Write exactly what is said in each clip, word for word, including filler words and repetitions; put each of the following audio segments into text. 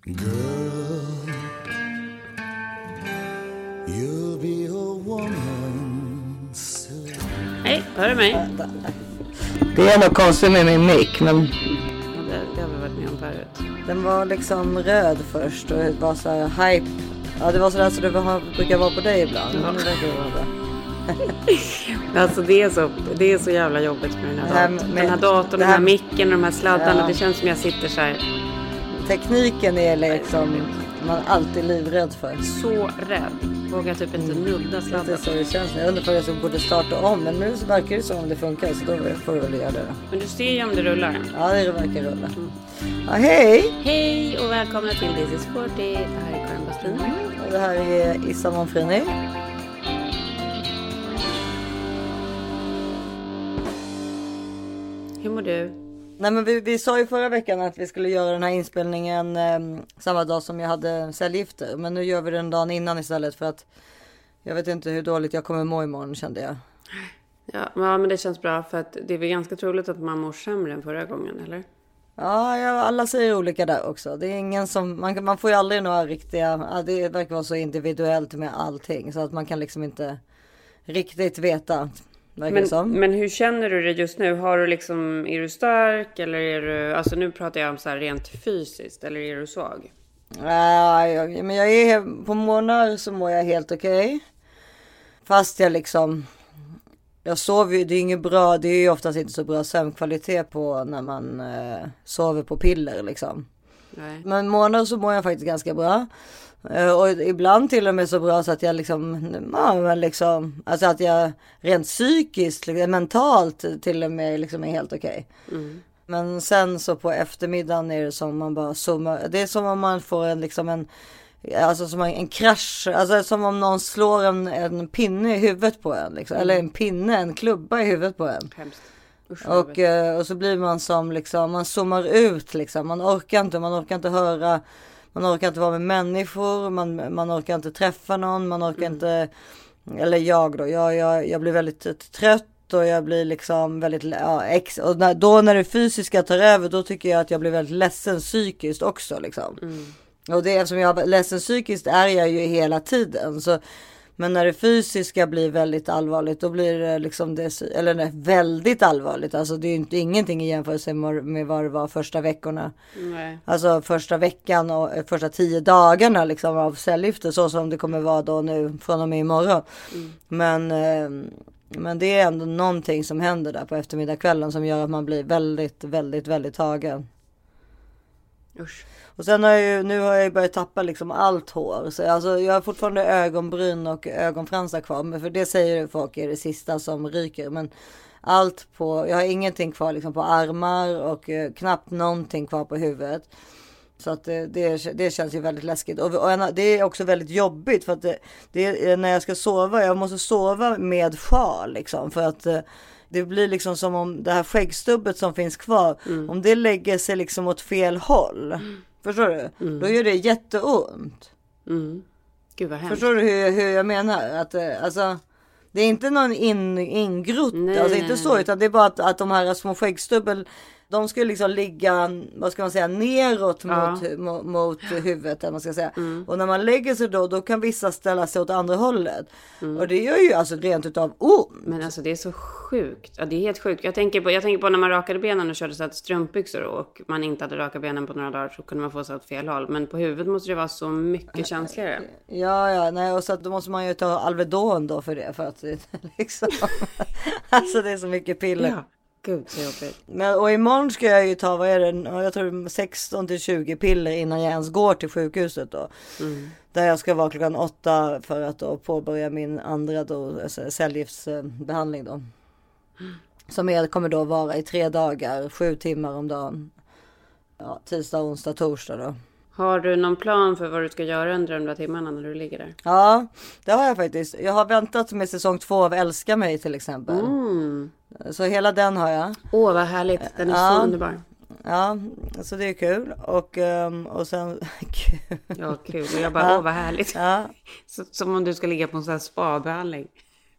Girl, you'll be a woman soon. Hej, hör du mig? Det är något konstigt med min mick, men Ja, det, det har vi varit med om förut. den var liksom röd först och det var så här hype. Ja, det var sådär så det var, brukar vara på dig ibland. Ja. Men nu verkar det vara bra. Alltså det är, så, det är så jävla jobbigt med den här, Det här datorn. med- Den här datorn, det den här här- micken och de här sladdarna. Ja. Det känns som jag sitter så här Tekniken är liksom man är alltid livrädd för. så rädd. Vågar typ inte nudda Det är sladden. så det känns. Jag undrar om jag så borde starta om. Men nu så verkar det som om det funkar. Så då får du väl göra det då. Men du ser ju om det rullar. Ja, det verkar rulla. Ja, hej! Hej och välkomna till This is fyrtio. Det här är Karin Bastin. Och det här är Issa Monfrini. Hur mår du? Nej, men vi, vi sa ju förra veckan att vi skulle göra den här inspelningen eh, samma dag som jag hade cellgifter. Men nu gör vi den dagen innan istället för att jag vet inte hur dåligt jag kommer må imorgon, kände jag. Ja, ja, men det känns bra för att det är väl ganska troligt att man mår sämre än förra gången, eller? Ja, ja, alla säger olika där också. Det är ingen som, man, kan- man får ju aldrig några riktiga, ja, det verkar vara så individuellt med allting. Så att man kan liksom inte riktigt veta, verkar det Men, som. men hur känner du det just nu? Har du liksom, är du stark eller är du, alltså nu pratar jag om så här rent fysiskt, eller är du svag? Ja, jag, men jag är, på månader så mår jag helt okej. Fast jag liksom, jag sover ju, det är inget bra, det är ju oftast inte så bra sömnkvalitet på när man eh, sover på piller liksom. Nej. Men månader så mår jag faktiskt ganska bra. Eh, och ibland till och med så bra så att jag liksom, ja men liksom, alltså att jag rent psykiskt, liksom, mentalt till och med liksom är helt okej. Mm. Men sen så på eftermiddagen är det som man bara zoomar. Det är som om man får en liksom en, alltså som en krasch, alltså som om någon slår en, en pinne i huvudet på en liksom. Eller en pinne, en klubba i huvudet på en. Hemskt. Usch, vad Och, jobbigt. eh, och så blir man som liksom, man zoomar ut liksom. Man orkar inte, man orkar inte höra, man orkar inte vara med människor, man, man orkar inte träffa någon, man orkar Mm. inte, eller jag då, jag, jag, jag blir väldigt t- trött. Och jag blir liksom väldigt, ja, ex, och när, då när det fysiska tar över, då tycker jag att jag blir väldigt ledsen psykiskt också liksom. Mm. Och det, eftersom jag är ledsen psykiskt är jag ju hela tiden. Så, men när det fysiska blir väldigt allvarligt, då blir det liksom det, eller nej, väldigt allvarligt. Alltså det är ju inte, ingenting i jämförelse med, med vad det var första veckorna. Nej. Alltså första veckan och eh, första tio dagarna liksom av cellgifter, så som det kommer vara då nu från och med imorgon. Mm. Men, eh, men det är ändå någonting som händer där på eftermiddagskvällen som gör att man blir väldigt, väldigt, väldigt tagen. Usch. Och sen har jag ju, nu har jag ju börjat tappa liksom allt hår. Så alltså, jag har fortfarande ögonbryn och ögonfransar kvar. Men för det säger folk är det sista som ryker. Men allt på, jag har ingenting kvar liksom på armar och eh, knappt någonting kvar på huvudet. Så att det, det, det känns ju väldigt läskigt. Och, och en, det är också väldigt jobbigt för att det, det är när jag ska sova, jag måste sova med sjal liksom. För att eh, det blir liksom som om det här skäggstubbet som finns kvar, Mm. om det lägger sig liksom åt fel håll. Förstår du? Mm. Då gör det jätteont. Mm. Gud vad hemskt. Förstår du hur, hur jag menar? Att, eh, alltså, det är inte någon in, ingrott, Nej, alltså nej, inte så, nej. utan det är bara att, att de här små skäggstubbel, de ska liksom ligga, vad ska man säga, neråt Ja. mot, mot, mot huvudet, eller man ska säga. Mm. Och när man lägger sig då, då kan vissa ställa sig åt andra hållet. Mm. Och det gör ju alltså rent utav ont. Men alltså det är så sjukt. Ja, det är helt sjukt. Jag tänker på, jag tänker på när man rakade benen och körde så att strumpbyxor och man inte hade rakat benen på några dagar, så kunde man få så åt fel håll. Men på huvudet måste det vara så mycket känsligare. Ja, ja, nej, och så att då måste man ju ta Alvedon då för det, för att det liksom, alltså det är så mycket piller. Ja, gud så jobbigt. Men, och imorgon ska jag ju ta, vad är det, jag tror sexton till tjugo piller innan jag ens går till sjukhuset då. Mm. Där jag ska vara klockan åtta för att då påbörja min andra då, alltså, cellgiftsbehandling då. Som är, kommer då vara i tre dagar, sju timmar om dagen. Ja, tisdag, onsdag, torsdag då. Har du någon plan för vad du ska göra under de där timmarna när du ligger där? Ja, det har jag faktiskt. Jag har väntat med säsong två av Älska mig till exempel. Mm. Så hela den har jag. Åh, vad härligt. Den är Ja. så underbar. Ja, så det är kul. Och, um, och sen... kul. Ja, kul. Och jag bara, Ja. åh vad härligt. Ja, Så, som om du ska ligga på en sån här spa-behandling.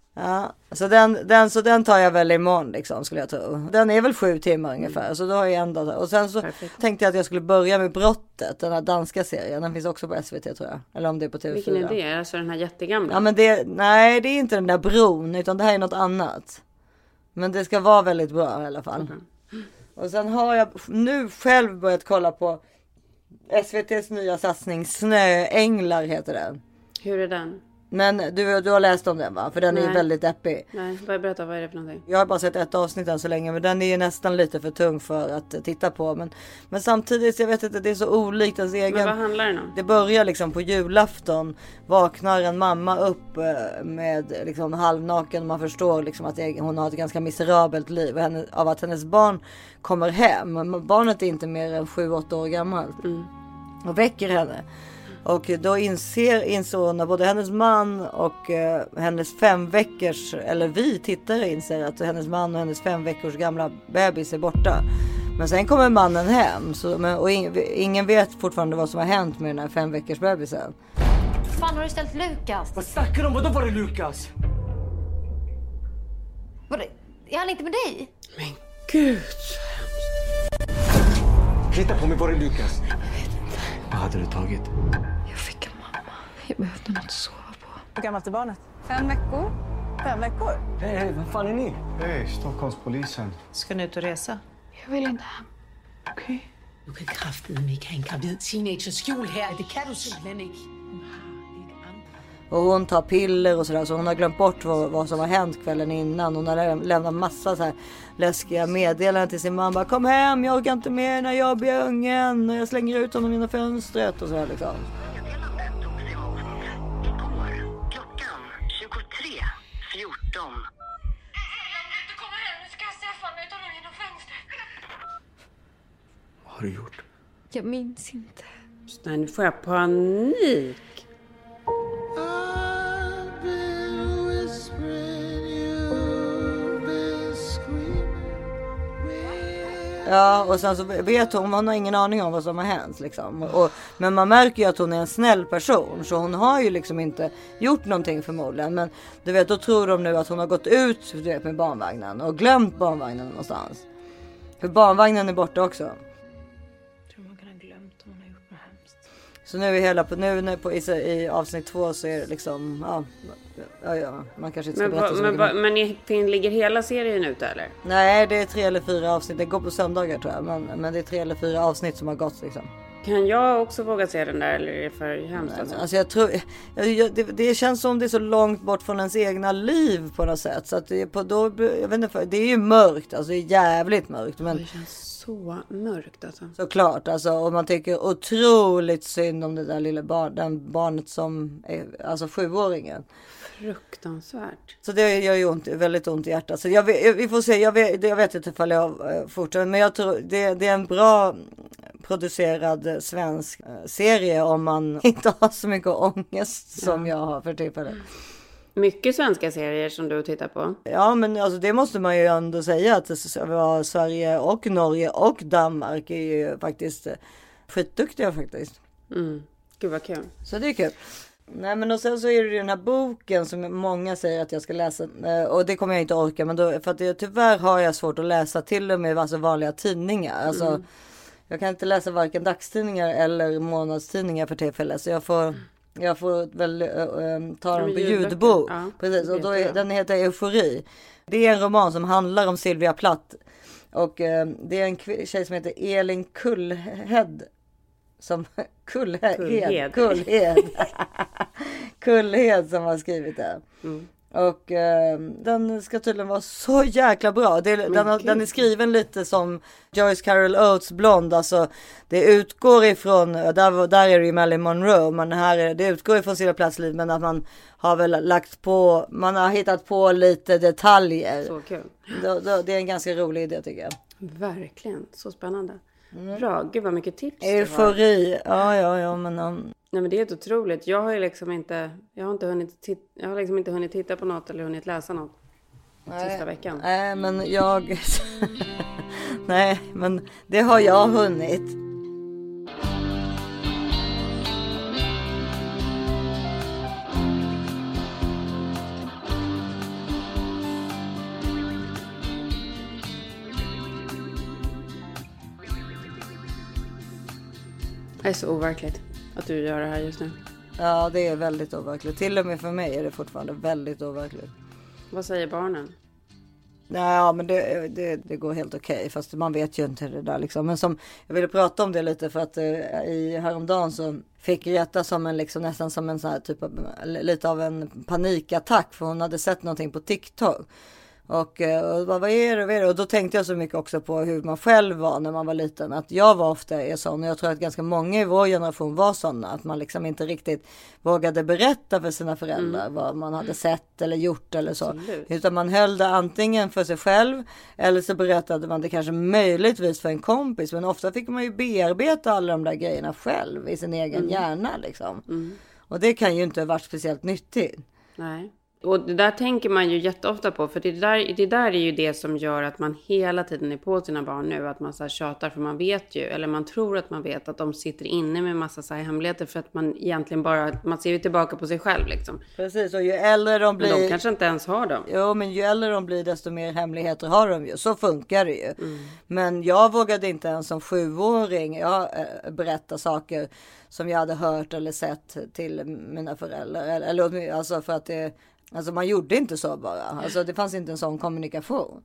Ja, så den, den, så den tar jag väl imorgon liksom, skulle jag tro. Den är väl sju timmar ungefär. Mm. Så då har jag ändå. Och sen så Perfekt. tänkte jag att jag skulle börja med Brottet. Den här danska serien. Den finns också på S V T tror jag. Eller om det är på T V fyra. Vilken är det? Alltså den här jättegamla? Ja men det, nej det är inte den där bron. Utan det här är något annat. Men det ska vara väldigt bra i alla fall. Mm. Och sen har jag nu själv börjat kolla på S V T:s nya satsning Snöänglar heter den. Hur är den? Men du, du har läst om den va? För den Nej. är väldigt deppig. Nej, bara berätta vad är det för någonting? Jag har bara sett ett avsnitt än så länge. Men den är ju nästan lite för tung för att titta på. Men, men samtidigt, jag vet inte, det är så olikt ens egen. Men vad handlar det om? Det börjar liksom på julafton. Vaknar en mamma upp med liksom halvnaken. Man förstår liksom att hon har ett ganska miserabelt liv. Henne, av att hennes barn kommer hem. Barnet är inte mer än sju åtta år gammalt. Mm. Och väcker henne. Och då inser, insåg hon att både hennes man och eh, hennes fem veckors, eller vi tittare inser att hennes man och hennes fem veckors gamla bebis är borta. Men sen kommer mannen hem så, men, och in, ingen vet fortfarande vad som har hänt med den här fem veckors bebisen. Fan har du ställt Lukas? Vad snackar du om? Vadå var det Lukas? Var det, är han inte med dig? Men gud. Titta på mig, var det Lukas? Vad hade du tagit? Jag fick en mamma. Jag behövde något att sova på. Hur gammalt är barnet? Fem veckor. Fem veckor? Hej, hey, vad fan är ni? Hej, Stockholmspolisen. Ska ni ut och resa? Jag vill inte hem. Okej. Okay. Du kan kraftedeme ikke have en gravid teenager skjul här. Det kan du simpelthen ikke. Och hon tar piller och sådär. Så hon har glömt bort vad, vad som har hänt kvällen innan. Hon har lämnat massa så här läskiga meddelanden till sin mamma. Kom hem, jag orkar inte med den här jobbiga ungen. Och jag slänger ut honom genom fönstret och sådär liksom. Klockan tjugotre fjorton. Du kommer hem, nu ska jag träffa mig utan honom genom fönstret. Vad har du gjort? Jag minns inte. Nej, nu får jag panik. Ja, och sen så vet hon, hon har ingen aning om vad som har hänt liksom. Och, men man märker ju att hon är en snäll person. Så hon har ju liksom inte gjort någonting förmodligen. Men du vet, då tror de nu att hon har gått ut du vet, med barnvagnen. Och glömt barnvagnen någonstans. För barnvagnen är borta också. Jag tror man kan ha glömt om hon har gjort något hemskt. Så nu är hela på, nu, nu på, i, i avsnitt två så är det liksom, ja, ja, ja man kanske inte ska men, berätta så men, mycket. Men, men ligger hela serien ute eller? Nej, det är tre eller fyra avsnitt. Det går på söndagar tror jag. Men, men det är tre eller fyra avsnitt som har gått liksom. Kan jag också våga se den där eller är det för hemskt? Nej, alltså jag tror, jag, det, det känns som det är så långt bort från ens egna liv på något sätt. Så att det är, på, då, jag vet inte, det är ju mörkt, alltså det är jävligt mörkt. Men det känns så mörkt alltså. Såklart, alltså, och man tycker otroligt synd om det där lilla barn, den barnet som är, alltså sjuåringen. Fruktansvärt. Så det gör ju ont, väldigt ont i hjärtat. Så jag, vi får se, jag vet, jag vet inte ifall jag fortsätter. Men jag tror det, det är en bra producerad svensk serie om man inte har så mycket ångest som ja. jag har för tillfället. Mycket svenska serier som du tittar på. Ja, men alltså det måste man ju ändå säga att Sverige och Norge och Danmark är ju faktiskt skitduktiga faktiskt. Mm. Gud vad kul. Så det är kul. Nej, men och sen så är det ju den här boken som många säger att jag ska läsa. Och det kommer jag inte orka. Men då, för att jag, tyvärr har jag svårt att läsa till och med alltså vanliga tidningar. Alltså, mm. jag kan inte läsa varken dagstidningar eller månadstidningar för tillfället. Så jag får, jag får väl äh, ta dem på ljudbok. Ja, precis, och då är, den heter Eufori. Det är en roman som handlar om Sylvia Plath. Och äh, det är en tjej som heter Elin Kullhed. Som Kullhed. Kullhed. Kullhed. Kullhed som har skrivit det. Mm. Och eh, den ska tydligen vara så jäkla bra. Det, den, har, den är skriven lite som Joyce Carol Oates Blond. Alltså det utgår ifrån, där, där är det ju Marilyn Monroe. Men här är, det utgår ifrån Sylvia Plaths liv. Men att man har väl lagt på, man har hittat på lite detaljer. Så kul. Då, då, det är en ganska rolig idé tycker jag. Verkligen, så spännande. Mm. Bra, gud vad mycket tips. Eufori, ja ja ja men... Um... Nej men det är helt otroligt. Jag har ju liksom inte, jag har inte hunnit titta, jag har liksom inte hunnit titta på något eller hunnit läsa något. Nej, sista veckan. Nej men jag, nej men det har jag hunnit. Det är så overkligt att du gör det här just nu. Ja, det är väldigt overkligt. Till och med för mig är det fortfarande väldigt overkligt. Vad säger barnen? Nej, men det, det, det går helt okej. Okay, fast man vet ju inte det där liksom. Men som, jag ville prata om det lite för att eh, i häromdagen så fick Greta som en liksom nästan som en sån här typ av, lite av en panikattack. För hon hade sett någonting på TikTok. Och, och vad är det, vad är det? Och då tänkte jag så mycket också på hur man själv var när man var liten. Att jag var ofta är sån. Och jag tror att ganska många i vår generation var sådana. Att man liksom inte riktigt vågade berätta för sina föräldrar mm. vad man hade sett eller gjort eller så. Absolut. Utan man höll det antingen för sig själv. Eller så berättade man det kanske möjligtvis för en kompis. Men ofta fick man ju bearbeta alla de där grejerna själv i sin egen mm. hjärna liksom. Mm. Och det kan ju inte ha varit speciellt nyttigt. Nej. Och det där tänker man ju jätteofta på. För det där, det där är ju det som gör att man hela tiden är på sina barn nu. Att man så här tjatar, för man vet ju, eller man tror att man vet att de sitter inne med massa så här hemligheter. För att man egentligen bara, man ser ju tillbaka på sig själv liksom. Precis, och ju äldre de blir... Men de kanske inte ens har dem. Jo, men ju äldre de blir desto mer hemligheter har de ju. Så funkar det ju. Mm. Men jag vågade inte ens som sjuåring jag, äh, berätta saker som jag hade hört eller sett till mina föräldrar. Eller, eller alltså för att det... Alltså man gjorde inte så bara. Alltså det fanns inte en sån kommunikation.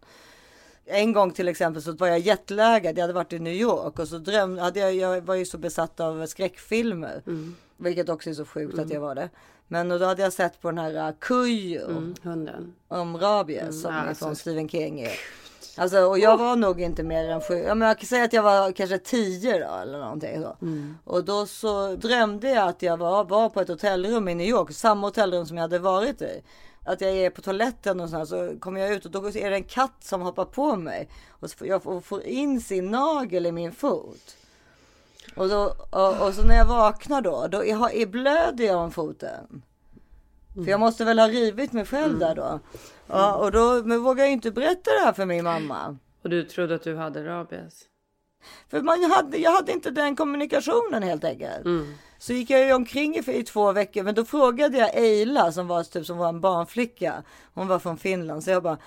En gång till exempel så var jag jetlaggad. Jag hade varit i New York och så drömde hade jag, jag var ju så besatt av skräckfilmer. Mm. Vilket också är så sjukt mm. att jag var det. Men då hade jag sett på den här Kujo. Mm, hunden. Om rabies mm, som ja, är alltså. från Stephen King. Alltså, och jag var nog inte mer än sju. Ja, men jag kan säga att jag var kanske tio då, eller någonting så. Mm. Och då så drömde jag att jag var, var på ett hotellrum i New York. Samma hotellrum som jag hade varit i. Att jag är på toaletten och så här, så kommer jag ut och då är det en katt som hoppar på mig. Och så får jag får in sin nagel i min fot. Och, då, och, och så när jag vaknar då, då är, är blöder jag om foten. Mm. För jag måste väl ha rivit mig själv mm. där då. Ja, och då men vågar jag inte berätta det här för min mamma. Och du trodde att du hade rabies? För man hade, jag hade inte den kommunikationen helt enkelt. Mm. Så gick jag ju omkring i, i två veckor. Men då frågade jag Eila som var, typ, som var en barnflicka. Hon var från Finland. Så jag bara,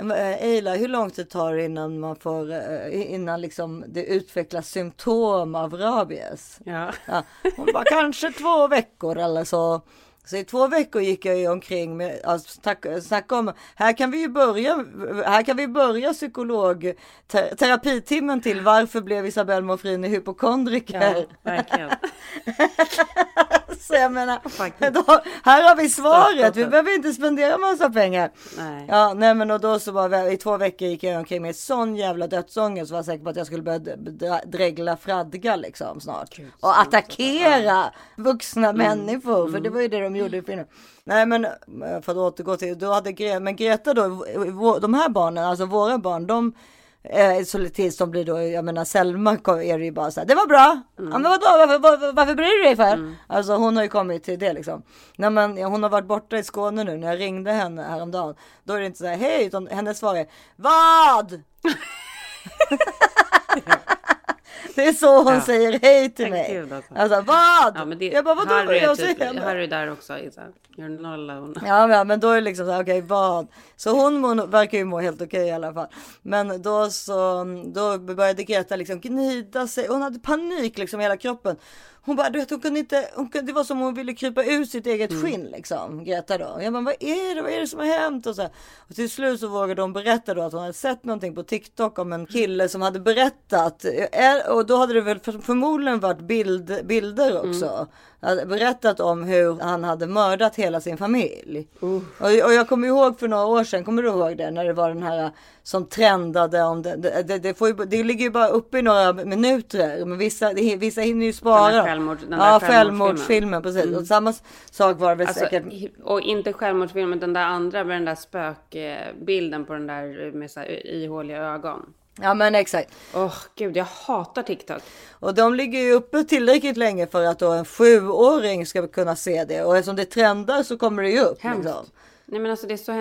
Eila, hur lång tid tar det innan, man får, innan liksom det utvecklas symptom av rabies? Ja. Ja, hon bara, kanske två veckor eller så. Så i två veckor gick jag ju omkring med, alltså, tack, snacka om, här kan vi ju börja, här kan vi börja psykolog, ter, terapitimmen till varför blev Isabelle Monfrini hypokondriker? Ja, verkligen. Så jag menar, då, här har vi svaret, vi behöver inte spendera massa pengar. Nej. Ja, nej men och då så var i två veckor gick jag omkring med sån jävla dödsångest så var jag säker på att jag skulle börja dregla fradga liksom snart. Gud, och attackera ja. vuxna mm. människor, för mm. det var ju det de gjorde i filmen. Nej men för att återgå till, då hade Greta, men Greta då, de här barnen, alltså våra barn, de eh, så tills de blir då, jag menar Selma är det ju bara så här, det var bra, mm. ja, men vadå, varför, varför, varför bryr du dig för? Mm. Alltså hon har ju kommit till det liksom. Nej men hon har varit borta i Skåne nu, när jag ringde henne häromdagen, då är det inte så här, hej, utan hennes svar är, vad? Det är så hon ja. säger hej till mig. Gud, alltså. alltså vad? Ja, men det, jag bara, vadå? Harry jag typ, Harry är där också. You're not alone. Ja, ja, men då är det liksom så här, okej, okay, vad? Så hon må, verkar ju må helt okej okay, i alla fall. Men då så, då började Greta liksom gnida sig. Hon hade panik liksom i hela kroppen. Hon bara, du vet, hon kunde inte, hon kunde, det var som om hon ville krypa ut sitt eget mm. skinn liksom, Greta då. Jag bara, vad är det, vad är det som har hänt? Och, så här. Och till slut så vågade hon berätta då att hon hade sett någonting på TikTok om en kille som hade berättat. Och då hade det väl förmodligen varit bild, bilder också. Mm. Hade berättat om hur han hade mördat hela sin familj. Uh. Och, och jag kommer ihåg för några år sedan, kommer du ihåg det? När det var den här som trendade om det. Det, det, det, får ju, det ligger ju bara uppe i några minuter. Men vissa, det, vissa hinner ju spara. Den självmord, den ja, självmordsfilmen, precis. Mm. Och samma sak var det väl alltså, säkert. Och inte självmordsfilmen, den där andra med den där spökbilden på den där med så här ihåliga ögon. Ja men exakt. Åh oh, gud, jag hatar TikTok. Och de ligger ju uppe tillräckligt länge för att då en sjuåring ska kunna se det. Och eftersom det trendar så kommer det ju upp. Hemskt. Liksom. Nej men alltså det är så hemskt.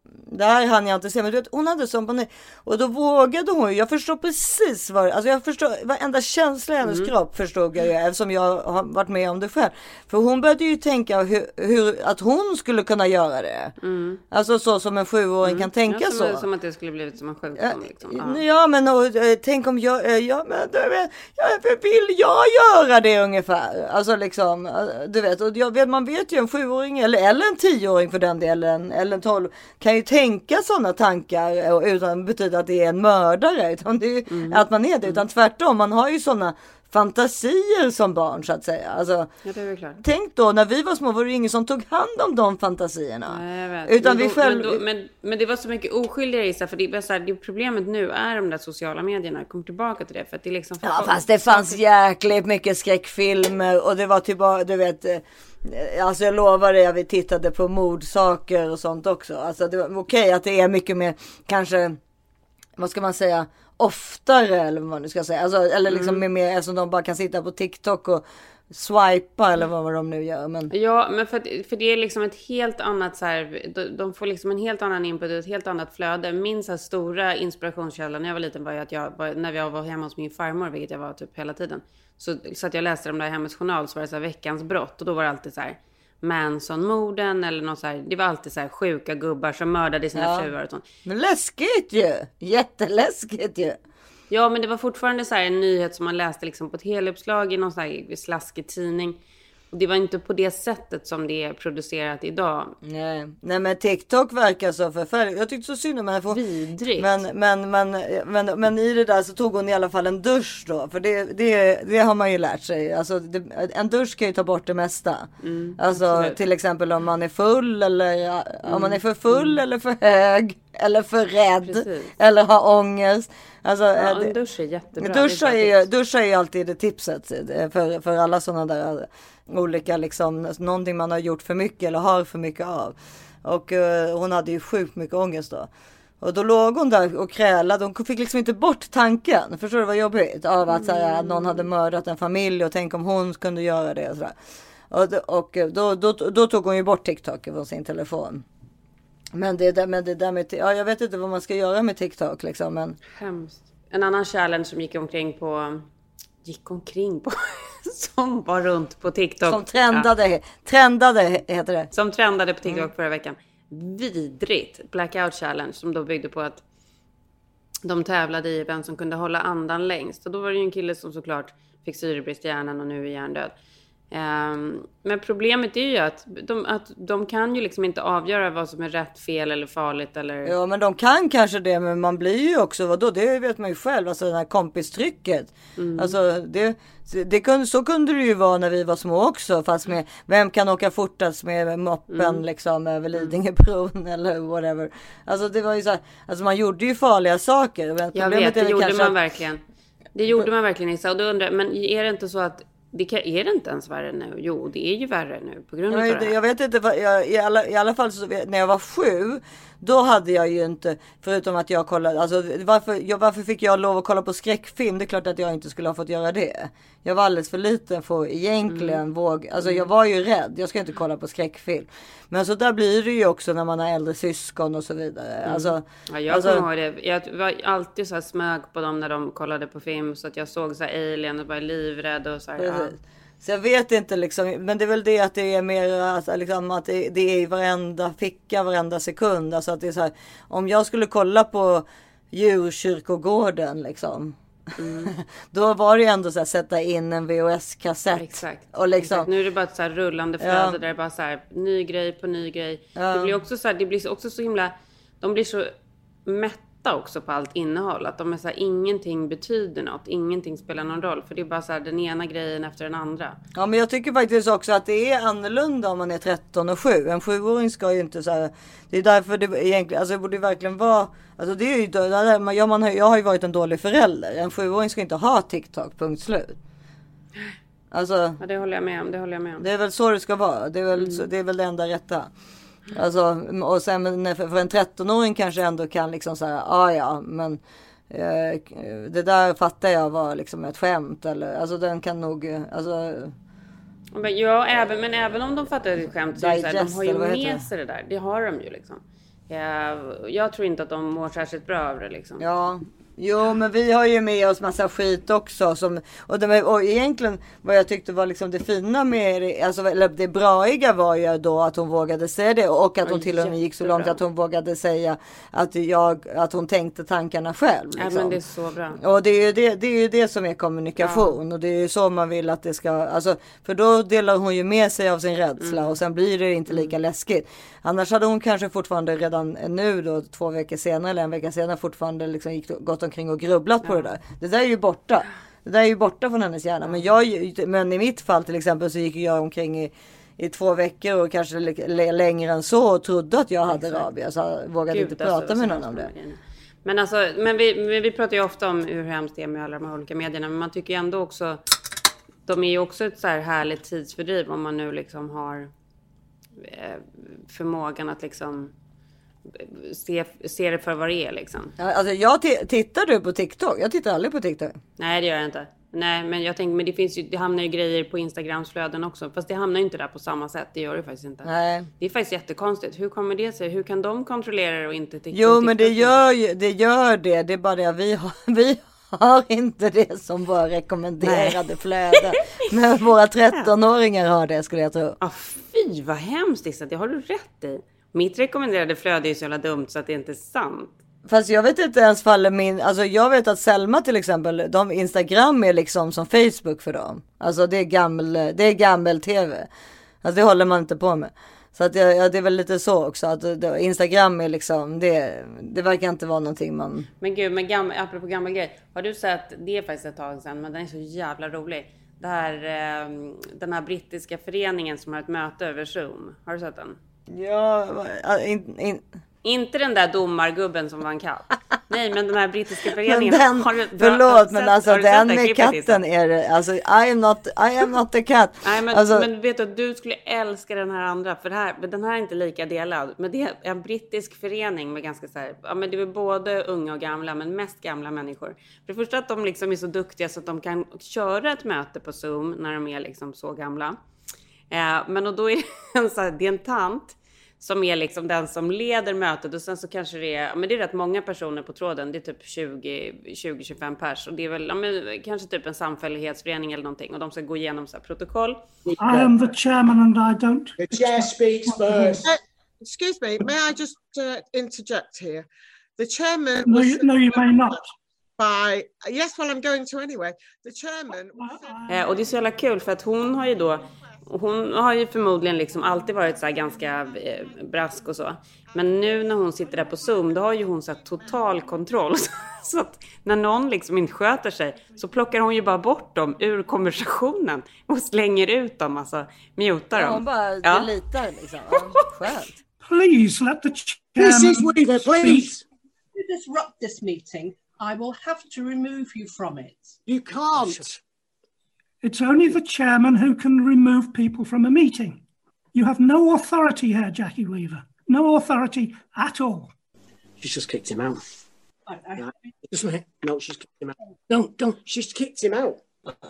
Det här hann jag inte se, men du vet, hon hade sån panik. Och då vågade hon, jag förstår precis vad, alltså jag förstår, varenda känsla i hennes mm. kropp förstod jag ju, eftersom jag har varit med om det själv. För hon började ju tänka hur, hur att hon skulle kunna göra det. Mm. Alltså så som en sjuåring mm. kan tänka ja, som, så. Som att det skulle blivit som en sjukdom liksom. Ja, ja men och, tänk om jag, ja men du vet, ja, vill jag göra det ungefär? Alltså liksom, du vet, och jag vet, man vet ju en sjuåring eller, eller en tioåring för den delen, eller en tolv, kan ju tänka sådana tankar utan betyda att det är en mördare, utan det är mm. att man är det, utan tvärtom, man har ju sådana fantasier som barn så att säga. Alltså, ja, det är klart. Tänk då, när vi var små var det ingen som tog hand om de fantasierna. Nej, jag vet. Utan men, vi själv... men, då, men, men det var så mycket oskyldiga i sig, för det är så här, det problemet nu är de där sociala medierna. Jag kommer tillbaka till det, för att det är liksom... Ja, fast det fanns jäkligt mycket skräckfilmer och det var tillbaka, du vet... Alltså jag lovar dig att vi tittade på mordsaker och sånt också. Alltså det var okej okay att det är mycket mer, kanske, vad ska man säga, oftare eller vad man nu ska säga. Alltså, eller liksom mm. med mer, eftersom de bara kan sitta på TikTok och swipa eller vad de nu gör. Men... Ja, men för, för det är liksom ett helt annat så här, de, de får liksom en helt annan input, ett helt annat flöde. Min så här stora inspirationskälla när jag var liten var ju att jag, var, när jag var hemma hos min farmor, vilket jag var typ hela tiden. Så, så att jag läste de där hemmets journal, så var det så här veckans brott. Och då var det alltid så här Manson-morden eller något så här. Det var alltid så här sjuka gubbar som mördade sina ja. fruar och sånt. Men läskigt ju! Jätteläskigt ju! Ja, men det var fortfarande så här en nyhet som man läste liksom på ett heluppslag i någon så här slaskig tidning. Och det var inte på det sättet som det är producerat idag. Nej, Nej men TikTok verkar så förfärligt. Jag tyckte så synd om henne. Får... Vidrigt. Men, men, men, men, men i det där så tog hon i alla fall en dusch då. För det, det, det har man ju lärt sig. Alltså, det, en dusch kan ju ta bort det mesta. Mm, alltså absolut. Till exempel om man är full eller mm. om man är för full mm. eller för hög. Eller för rädd. Precis. Eller har ångest. Alltså, ja, en dusch är jättebra. Duscha är, duscha är alltid det tipset för, för alla sådana där olika liksom, någonting man har gjort för mycket eller har för mycket av. Och uh, hon hade ju sjukt mycket ångest då. Och då låg hon där och krälade. Hon fick liksom inte bort tanken. Förstår du vad jobbigt? Av att, så här, att någon hade mördat en familj och tänk om hon kunde göra det. Och, så och, och då, då, då tog hon ju bort TikTok från sin telefon. Men det där med det där med, ja, jag vet inte vad man ska göra med TikTok liksom, men hemskt. En annan challenge som gick omkring på gick omkring på som var runt på TikTok. Som trendade, ja. trendade heter det. Som trendade på TikTok mm. förra veckan. Vidrigt. Blackout challenge som då byggde på att de tävlade i vem som kunde hålla andan längst. Och då var det ju en kille som såklart fick syrebrist i hjärnan och nu är hjärndöd. Um, men problemet är ju att de, att de kan ju liksom inte avgöra vad som är rätt, fel eller farligt eller... Ja, men de kan kanske det, men man blir ju också, vadå, det vet man ju själv, alltså det här kompistrycket. Mm. Alltså det, det kunde, så kunde det ju vara när vi var små också, fast med vem kan åka fortast med moppen mm. liksom över Lidingöbron mm. eller whatever. Alltså det var ju så här, alltså man gjorde ju farliga saker. Men jag vet, det gjorde man att... verkligen. Det gjorde man verkligen, Issa, och då undrar, men är det inte så att det kan, är det inte ens värre nu? Jo, det är ju värre nu på grund av jag, det här. Jag vet inte, jag, i, alla, i alla fall så, när jag var sju, då hade jag ju inte, förutom att jag kollade, alltså varför, jag, varför fick jag lov att kolla på skräckfilm? Det är klart att jag inte skulle ha fått göra det. Jag var alldeles för liten för egentligen mm. våg, alltså jag var ju rädd, jag ska inte kolla på skräckfilm. Men så där blir det ju också när man har äldre syskon och så vidare. Mm. Alltså, ja, jag alltså, kommer ihåg det. Jag var alltid så här smög på dem när de kollade på film, så att jag såg så här Alien och var livrädd och så här. Ja. Så jag vet inte liksom, men det är väl det att det är mer alltså, liksom, att det, det är i varenda ficka, varenda sekund. Alltså att det är så här, om jag skulle kolla på djurkyrkogården liksom. Mm. Då var det ju ändå så här, sätta in en V H S-kassett. Exakt. Och liksom, Exakt. Nu är det bara ett så här rullande flöde ja. Där det är bara så här ny grej på ny grej. Ja. Det blir också så här, det blir också så himla, de blir så mätta också på allt innehåll, att de är så här, ingenting betyder något, ingenting spelar någon roll, för det är bara så här den ena grejen efter den andra. Ja, men jag tycker faktiskt också att det är annorlunda om man är tretton och sju. En sjuåring ska ju inte så här, det är därför det egentligen, alltså det borde verkligen vara, alltså det är ju, där, jag, man har, jag har ju varit en dålig förälder. En sjuåring ska inte ha TikTok, punkt slut. Alltså, ja, det håller jag med om, det håller jag med om. Det är väl så det ska vara, det är väl, mm. det är väl det enda rätta. Alltså, och sen för en tretton-åring kanske ändå kan liksom säga, ah, ja, men eh, det där fattar jag var liksom ett skämt, eller alltså den kan nog, alltså men ja, även, men även om de fattar ett skämt så är det så här, de har ju med sig det där, det har de ju liksom. Uh, jag tror inte att de mår särskilt bra över det liksom. Ja. Jo, men vi har ju med oss massa skit också som, och, det, och egentligen vad jag tyckte var liksom det fina med det, alltså, eller det braiga var ju då att hon vågade säga det och att hon till och med gick så långt att hon vågade säga att, jag, att hon tänkte tankarna själv. Liksom. Ja, men det är så bra. Och det är ju det, det, är ju det som är kommunikation ja. Och det är ju så man vill att det ska, alltså, för då delar hon ju med sig av sin rädsla mm. och sen blir det inte lika mm. läskigt. Annars hade hon kanske fortfarande redan nu då två veckor senare eller en vecka senare fortfarande liksom gick, gått omkring och grubblat på ja. det där. Det där är ju borta. Det där är ju borta från hennes hjärna. Men, jag, men i mitt fall till exempel så gick jag omkring i, i två veckor och kanske l- längre än så och trodde att jag hade rabies. Jag vågade Gud, inte prata alltså, med någon om det. Men alltså, men vi, vi pratar ju ofta om hur hemskt det är med alla de här olika medierna. Men man tycker ju ändå också, de är ju också ett så här härligt tidsfördriv om man nu liksom har förmågan att liksom se, se det för vad det är liksom. Ja, alltså jag t- tittar du på TikTok? Jag tittar aldrig på TikTok. Nej, det gör jag inte. Nej, men jag tänker, men det finns ju, det hamnar ju grejer på Instagrams flöden också. Fast det hamnar ju inte där på samma sätt. Det gör det faktiskt inte. Nej. Det är faktiskt jättekonstigt. Hur kommer det sig? Hur kan de kontrollera det och inte TikTok? Jo, men det gör ju, det gör det. Det är bara det att vi har, vi har inte det som var rekommenderade Nej. flöden. Men våra trettonåringar har det, skulle jag tro. Ah, fy, vad hemskt, Issa. Det har du rätt i. Mitt rekommenderade flöde är så jävla dumt så att det inte är sant. Fast jag vet inte ens faller min, alltså jag vet att Selma till exempel, de Instagram är liksom som Facebook för dem. Alltså det är gammel, det är gammel tv. Alltså det håller man inte på med. Så att jag, ja, det är väl lite så också att det, Instagram är liksom, det, det verkar inte vara någonting man... Men gud, men gam, apropå gammal grej, har du sett, det är faktiskt ett tag sedan, men den är så jävla rolig. Det här, eh, den här brittiska föreningen som har ett möte över Zoom. Har du sett den? Ja, in, in. Inte den där domargubben som var en katt. Nej, men den här brittiska föreningen. Men den, har du, förlåt, har men sett, alltså den med klippet, katten är det. Alltså, I am not, I am not the cat. Nej, men, alltså, men vet du, du skulle älska den här andra. För det här, men den här är inte lika delad. Men det är en brittisk förening med ganska så här, ja men det är både unga och gamla, men mest gamla människor. För det första att de liksom är så duktiga så att de kan köra ett möte på Zoom när de är liksom så gamla. Eh, men och då är det en, så här, det är en tant som är liksom den som leder mötet. Och sen så kanske det är, men det är rätt många personer på tråden. Det är typ tjugo till tjugofem pers. Och det är väl ja, men, kanske typ en samfällighetsförening eller någonting. Och de ska gå igenom så här protokoll. I am the chairman and I don't... The chair speaks first. Uh, excuse me, may I just uh, interject here? The chairman... No, you, no, you may not. By... Yes, well I'm going to anyway. The chairman... Eh, och det är så jävla kul för att hon har ju då... Hon har ju förmodligen liksom alltid varit så här ganska eh, brask och så. Men nu när hon sitter där på Zoom, då har ju hon så här total kontroll. Så att när någon liksom inte sköter sig så plockar hon ju bara bort dem ur konversationen och slänger ut dem, alltså mutar dem. Ja, hon bara ja. delitar liksom. Ja, skönt. Please let the Missus Weaver, please. You disrupt this meeting, I will have to remove you from it. You can't. It's only the chairman who can remove people from a meeting. You have no authority here, Jackie Weaver. No authority at all. She's just kicked him out. I, I... No, just a minute. No, she's kicked him out. No, don't. She's kicked him out.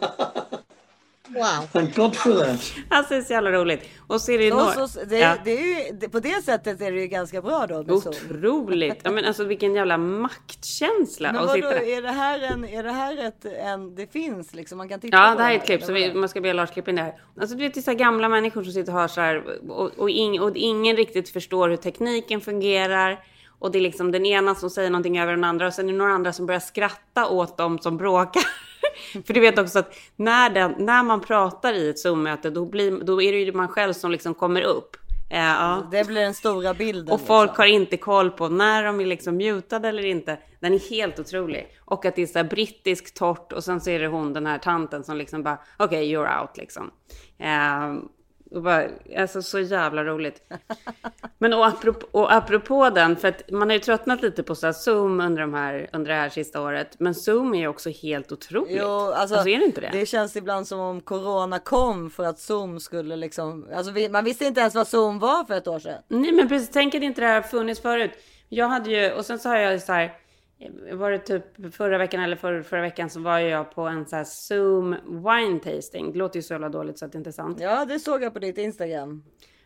Wow. Thank God for that. Alltså det är så jävla roligt. Och så är det, så, några... så, det, ja. det är ju, det, på det sättet är det ju ganska bra då. Otroligt. Ja, men alltså vilken jävla maktkänsla. Men och vadå, är det här en, är det här ett, en, det finns liksom, man kan titta ja, på det här är ett klipp, så vi, man ska be Lars klippa in det här. Alltså du vet, det är så här gamla människor som sitter och har så här, och, och, ing, och ingen riktigt förstår hur tekniken fungerar. Och det är liksom den ena som säger någonting över den andra. Och sen är det några andra som börjar skratta åt dem som bråkar. För du vet också att när, den, när man pratar i ett Zoom-möte, då, blir, då är det ju man själv som liksom kommer upp. Eh, ja. Det blir den stora bilden. Och folk liksom. har inte koll på när de är liksom mutade eller inte. Den är helt otrolig. Och att det är så här brittisk torrt. Och sen så är det hon, den här tanten, som liksom bara, okej, okay, you're out liksom. Eh, Och bara, alltså så jävla roligt. Men och apropå, och apropå den, för att man har ju tröttnat lite på så här Zoom under, de här, under det här sista året. Men Zoom är ju också helt otroligt. Jo, alltså, alltså är det inte det? Det känns ibland som om corona kom för att Zoom skulle liksom... Alltså vi, man visste inte ens vad Zoom var för ett år sedan. Nej, men precis, tänk att inte det här funnits förut. Jag hade ju, och sen så har jag så här... Var det typ förra veckan eller för, förra veckan så var jag på en så här Zoom wine tasting. Det låter ju så jävla dåligt så att det inte är sant. Ja, det såg jag på ditt Instagram.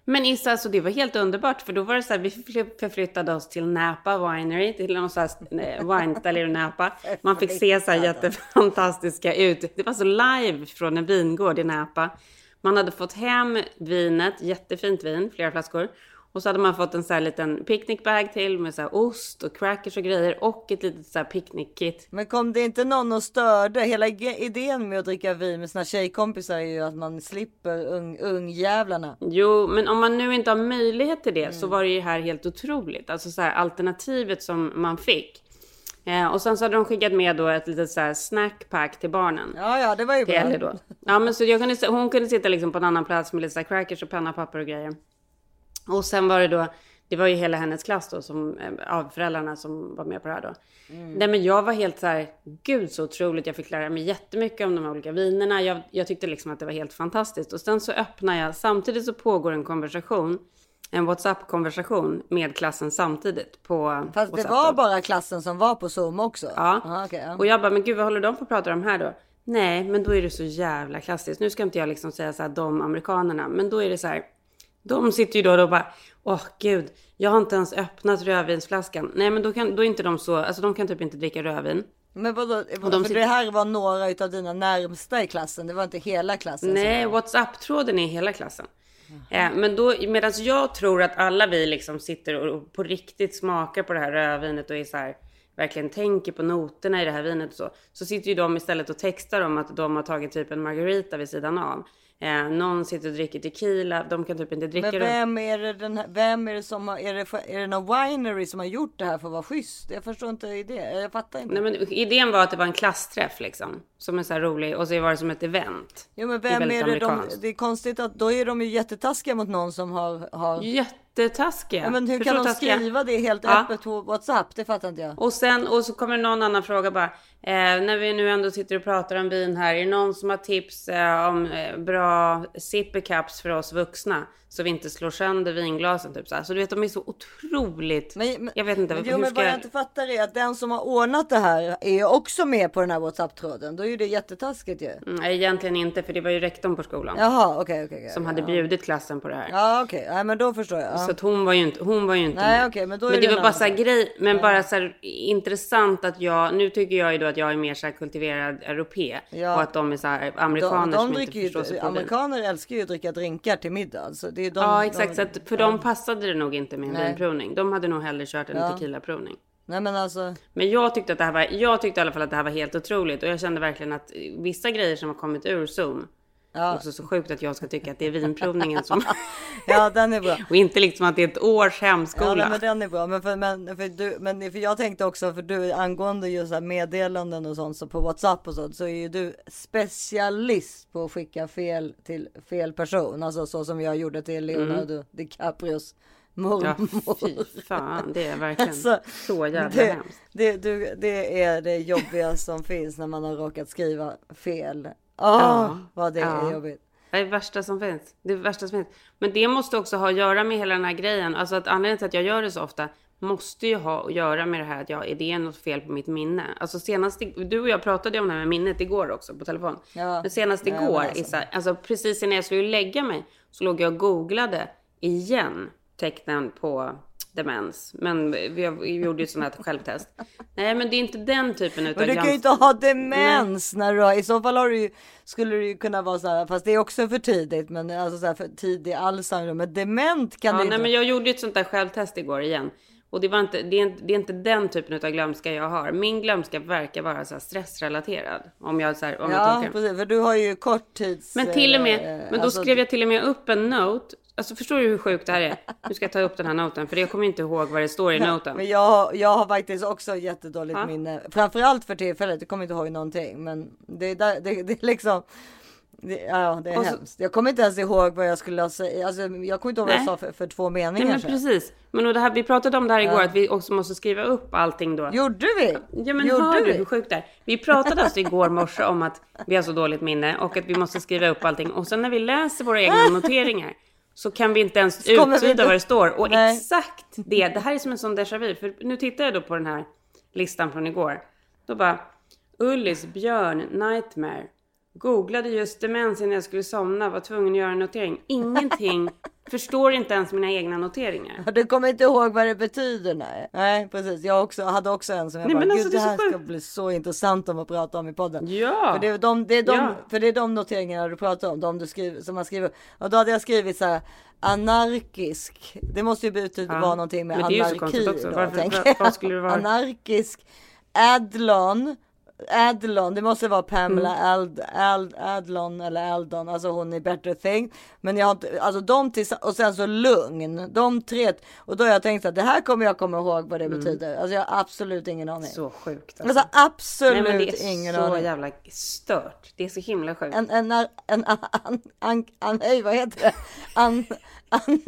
Men Issa, alltså det var helt underbart. För då var det så här, vi förflyttade oss till Napa Winery. Till någon sån här wineställe i Napa. Man fick se så här jättefantastiska ut. Det var så live från en vingård i Napa. Man hade fått hem vinet, jättefint vin, flera flaskor. Och så hade man fått en så här liten picknickbag till med så här ost och crackers och grejer. Och ett litet så här picknickkit. Men kom det inte någon och störde? Hela idén med att dricka vin med sina tjejkompisar är ju att man slipper ung, ungjävlarna. Jo, men om man nu inte har möjlighet till det mm. så var det ju här helt otroligt. Alltså så här alternativet som man fick. Eh, och sen så hade de skickat med då ett litet så här snackpack till barnen. Ja, ja, det var ju bra. Då. Ja, men så jag kunde, hon kunde sitta liksom på en annan plats med lite så här crackers och penna, papper och grejer. Och sen var det då, det var ju hela hennes klass då, som, av föräldrarna som var med på det här då. Mm. Nej, men jag var helt så här, gud så otroligt, jag fick lära mig jättemycket om de olika vinerna. Jag, jag tyckte liksom att det var helt fantastiskt. Och sen så öppnar jag, samtidigt så pågår en konversation, en WhatsApp-konversation med klassen samtidigt på Fast WhatsApp det var då. Bara klassen som var på Zoom också? Ja, Aha, okay, ja. Och jag bara, men gud vad håller de på att prata om här då? Nej, men då är det så jävla klassiskt. Nu ska inte jag liksom säga så här, de amerikanerna, men då är det så här, de sitter ju då och bara, åh gud, jag har inte ens öppnat rödvinsflaskan. Nej, men då, kan, då är inte de så, alltså de kan typ inte dricka rödvin. Men vadå, de för sitter... det här var några utav dina närmsta i klassen, det var inte hela klassen? Nej, WhatsApp-tråden är hela klassen. Eh, men då, medan jag tror att alla vi liksom sitter och på riktigt smakar på det här rödvinet och är så här, verkligen tänker på noterna i det här vinet och så, så sitter ju de istället och textar om att de har tagit typ en margarita vid sidan av. Eh, någon sitter och dricker tequila, de kan typ inte dricka. Men vem är det, den här, vem är det som har, är det, för, är det någon winery som har gjort det här för att vara schysst? Jag förstår inte idén, jag fattar inte. Nej, men idén var att det var en klassträff liksom, som är så här rolig, och så var det som ett event. Jo, men vem det är, är det de, det är konstigt att då är de ju jättetaskiga mot någon som har... har... Jättetaskiga. Ja, men hur Förstår kan de taskiga? Skriva det helt ja. öppet på WhatsApp? Det fattar inte jag. Och sen, och så kommer någon annan fråga bara, eh, när vi nu ändå sitter och pratar om vin här, är det någon som har tips eh, om eh, bra sippercaps för oss vuxna, så vi inte slår sönder vinglasen typ så här. Så du vet, de är så otroligt, men, men, jag vet inte. Men, hur jo, men ska... vad jag inte fattar är att den som har ordnat det här är ju också med på den här WhatsApp-tråden. Då är ju det jättetaskigt ju. Mm, egentligen inte, för det var ju rektorn på skolan. Jaha, okej, okay, okej. Okay, som okay, hade ja. bjudit klassen på det här. Ja, okej. Okay. Nej, men då förstår jag. Ja. Så att hon var ju inte, hon var ju inte Nej, med. okej, men då är men det, det var bara så här sak. grej, men ja. bara så här intressant att jag, nu tycker jag ju då att jag är mer så här kultiverad europé. Ja. Och att de är så här amerikaner de, de som inte förstår sig på amerikaner vin. Älskar ju att dricka drinkar till middag. Alltså, det är de, ja, exakt. De, så att för ja. de passade det nog inte med en Nej. vinprovning. De hade nog hellre kört en ja. tequila-provning. Nej, men alltså... Men jag tyckte att det här var, jag tyckte i alla fall att det här var helt otroligt. Och jag kände verkligen att vissa grejer som har kommit ur Zoom, ja. också så sjukt att jag ska tycka att det är vinprovningen som... ja, den är bra. Och inte liksom att det är ett års hemskola. Ja, nej, men den är bra. Men för, men, för, du, men för jag tänkte också, för du angående just här meddelanden och sånt, så på WhatsApp och sånt, så är ju du specialist på att skicka fel till fel person. Alltså så som jag gjorde till Leonardo mm. DiCaprios mormor. Ja, fy fan, det är verkligen alltså, så jävla det, hemskt. Det, du, det är det jobbiga som finns när man har råkat skriva fel. Åh, oh, ja, vad det ja. är jobbigt. Det är det värsta som finns. Det är det värsta som finns. Men det måste också ha att göra med hela den här grejen. Alltså att anledningen till att jag gör det så ofta måste ju ha att göra med det här att jag, är det något fel på mitt minne? Alltså senast, du och jag pratade om det här med minnet igår också på telefon. Ja. Men senast igår, ja, alltså. alltså precis när jag skulle lägga mig, så låg jag och googlade igen tecknen på demens. Men vi, vi gjorde ju sån här självtest. Nej, men det är inte den typen utav... Men du glans... kan ju inte ha demens mm. när du har... I så fall har du ju, skulle det ju kunna vara så här, fast det är också för tidigt, men alltså så här för tidig Alzheimer, men dement kan ja, du nej, inte... men jag gjorde ju ett sånt där självtest igår igen. Och det, var inte, det, är inte, det är inte den typen av glömska jag har. Min glömska verkar vara så här stressrelaterad. Om jag, så här, om ja, jag precis. För du har ju korttids... Men till och med... Men då alltså... skrev jag till och med upp en note. Alltså förstår du hur sjukt det här är? Nu ska jag ta upp den här noten. För jag kommer inte ihåg vad det står i noten. Men jag, jag har faktiskt också jättedåligt ha? minne. Framförallt för tillfället. Jag kommer inte ihåg någonting. Men det, det, det, det är liksom... Det, ja, det är så, hemskt. Jag kommer inte ens ihåg vad jag skulle säga. Alltså, jag kommer inte ihåg vad jag sa för, för två meningar. Nej, men så. precis. Men och det här, vi pratade om det här igår. Ja. Att vi också måste skriva upp allting då. Gjorde vi? Ja, men Gjorde hör vi? du hur sjukt det är? Vi pratade alltså igår morse om att vi har så dåligt minne. Och att vi måste skriva upp allting. Och sen när vi läser våra egna noteringar, så kan vi inte ens uttyda inte... vad det står. Och Nej. exakt det. Det här är som en sån déjà vu. För nu tittar jag då på den här listan från igår. Då bara, Ullis, Björn, Nightmare. Googlade just demens innan jag skulle somna. Var tvungen att göra en notering. Ingenting förstår inte ens mina egna noteringar. Du kommer inte ihåg vad det betyder, nej. Nej, precis. Jag också, hade också en som jag nej, bara, men gud alltså, det det här så ska bli så intressant om att prata om i podden. Ja. För det är de, det är de, ja. för det är de noteringarna du pratar om, de du skriver, som man skriver. Och då hade jag skrivit så här, anarkisk. Det måste ju betyda ja. vara någonting med anarki. Men det är ju så konstigt också. Då, Varför, var, vad skulle det vara? Anarkisk. Adlon. Adlon, det måste vara Pamela mm. Ald, Ald, Adlon eller Aldon, alltså hon är Better Thing. Men jag har inte, alltså de tillsammans, och sen så lugn, de tre, och då har jag tänkt att det här kommer jag komma ihåg vad det mm. betyder. Alltså jag har absolut ingen aning. Så sjukt. Alltså, alltså absolut nej, det är ingen så aning. Så jävla stört. Det är så himla sjukt. En, en, en, en, an, an, an, hej, vad heter det? An, an,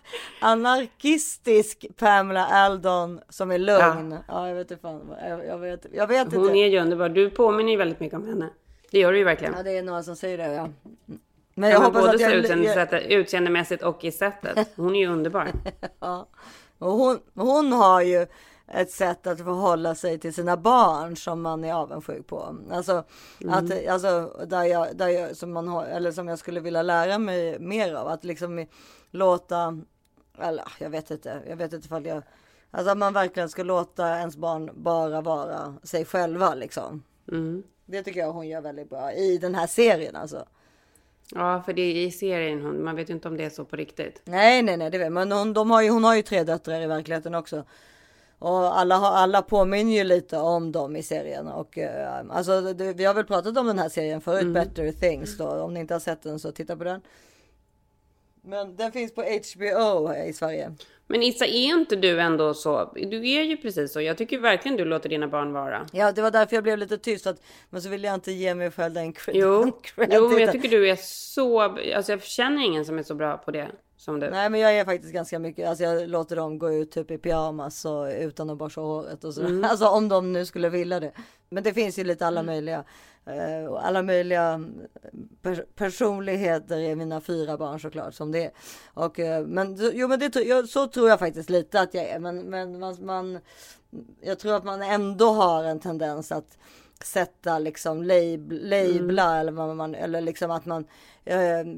anarkistisk Pamela Aldon som är lugn. Ja, ja jag vet inte fan. Jag, jag vet, jag vet inte. Hon är ju underbar. Du påminner ju väldigt mycket om henne. Det gör du ju verkligen. Ja, det är några som säger det, ja. Men jag ja, hoppas både att jag... Utseende, utseendemässigt och i sättet. Hon är ju underbar. Ja. Och hon, hon har ju ett sätt att förhålla sig till sina barn som man är avundsjuk på. Alltså, mm. att, alltså där jag, där jag, som man har, eller som jag skulle vilja lära mig mer av. Att liksom låta, eller jag vet inte, jag vet inte ifall jag, alltså att man verkligen ska låta ens barn bara vara sig själva liksom. Mm. Det tycker jag hon gör väldigt bra i den här serien alltså. Ja, för det är i serien, hon, man vet ju inte om det är så på riktigt. Nej, nej, nej, det vet man. Men hon, de har ju, hon har ju tre döttrar i verkligheten också. Och alla, har, alla påminner ju lite om dem i serien. Och, uh, alltså, det, vi har väl pratat om den här serien förut, mm. Better Things då. Om ni inte har sett den så titta på den. Men den finns på H B O i Sverige. Men Issa, är inte du ändå så? Du är ju precis så. Jag tycker verkligen du låter dina barn vara. Ja, det var därför jag blev lite tyst. Att, men så vill jag inte ge mig själv den cred- jo. credit. Jo, men jag tycker du är så... Alltså jag känner ingen som är så bra på det som du. Nej, men jag är faktiskt ganska mycket... Alltså jag låter dem gå ut typ i pyjamas och utan att borsta håret och så. Mm. Alltså om de nu skulle vilja det. Men det finns ju lite alla möjliga... Uh, alla möjliga pers- personligheter i mina fyra barn såklart som det är. Och, uh, men, jo, men det, jag, så tror jag faktiskt lite att jag är. Men, men man, man, jag tror att man ändå har en tendens att sätta liksom lab, labla mm. eller, vad man, eller liksom att man... Uh,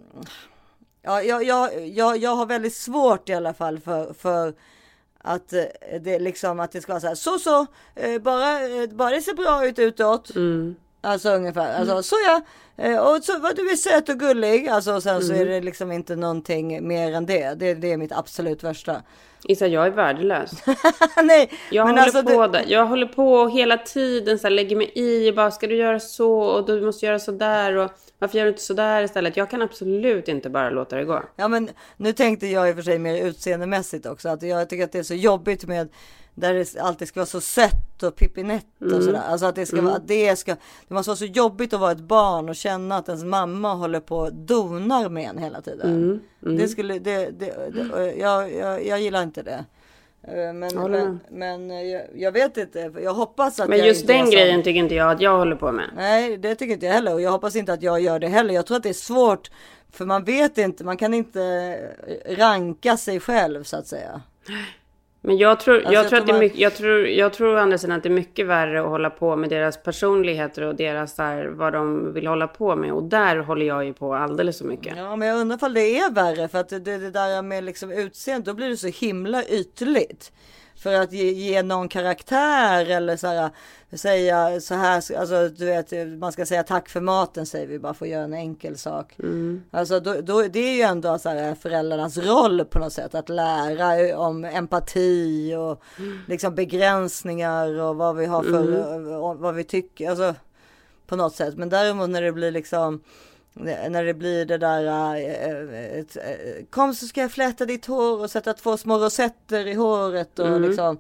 ja, jag, jag, jag, jag har väldigt svårt i alla fall för... för att det liksom att det ska vara så här så så bara bara det ser bra ut utåt. Mm. Alltså ungefär alltså mm. så ja och så vad du är söt och gullig alltså och sen mm. så är det liksom inte någonting mer än det. Det, det är mitt absolut värsta. Issa, jag är värdelös. Nej, jag men håller alltså på du... där. Jag håller på hela tiden så här, lägger mig i bara ska du göra så och du måste göra så där och varför gör du inte så där istället? Jag kan absolut inte bara låta det gå. Ja, men nu tänkte jag i och för sig mer utseendemässigt också att jag tycker att det är så jobbigt med där det alltid ska vara så sött och pippinett och mm. sådär. Alltså att det ska mm. vara, att det ska, det måste vara så jobbigt att vara ett barn och känna att ens mamma håller på och donar med en hela tiden. Mm. Mm. Det skulle, det, det, det jag, jag, jag gillar inte det. Men, men, men jag, jag vet inte, jag hoppas att men jag just inte den som... grejen tycker inte jag att jag håller på med. Nej, det tycker inte jag heller och jag hoppas inte att jag gör det heller. Jag tror att det är svårt för man vet inte, man kan inte ranka sig själv så att säga. Men jag tror, alltså, jag, jag tror att det är man... mycket, jag tror, jag tror å andra sidan att det är mycket värre att hålla på med deras personligheter och deras där, vad de vill hålla på med. Och där håller jag ju på alldeles så mycket. Ja, men jag undrar ifall det är värre för att det, det där med liksom utseende, då blir det så himla ytligt. För att ge, ge någon karaktär eller så här, säga så här, alltså du vet, man ska säga tack för maten säger vi bara för att göra en enkel sak. Mm. Alltså då, då, det är ju ändå så här föräldrarnas roll på något sätt att lära om empati och mm. liksom begränsningar och vad vi har för, mm. vad vi tycker, alltså på något sätt. Men däremot när det blir liksom när det blir det där äh, äh, kom så ska jag fläta ditt hår och sätta två små rosetter i håret och mm. liksom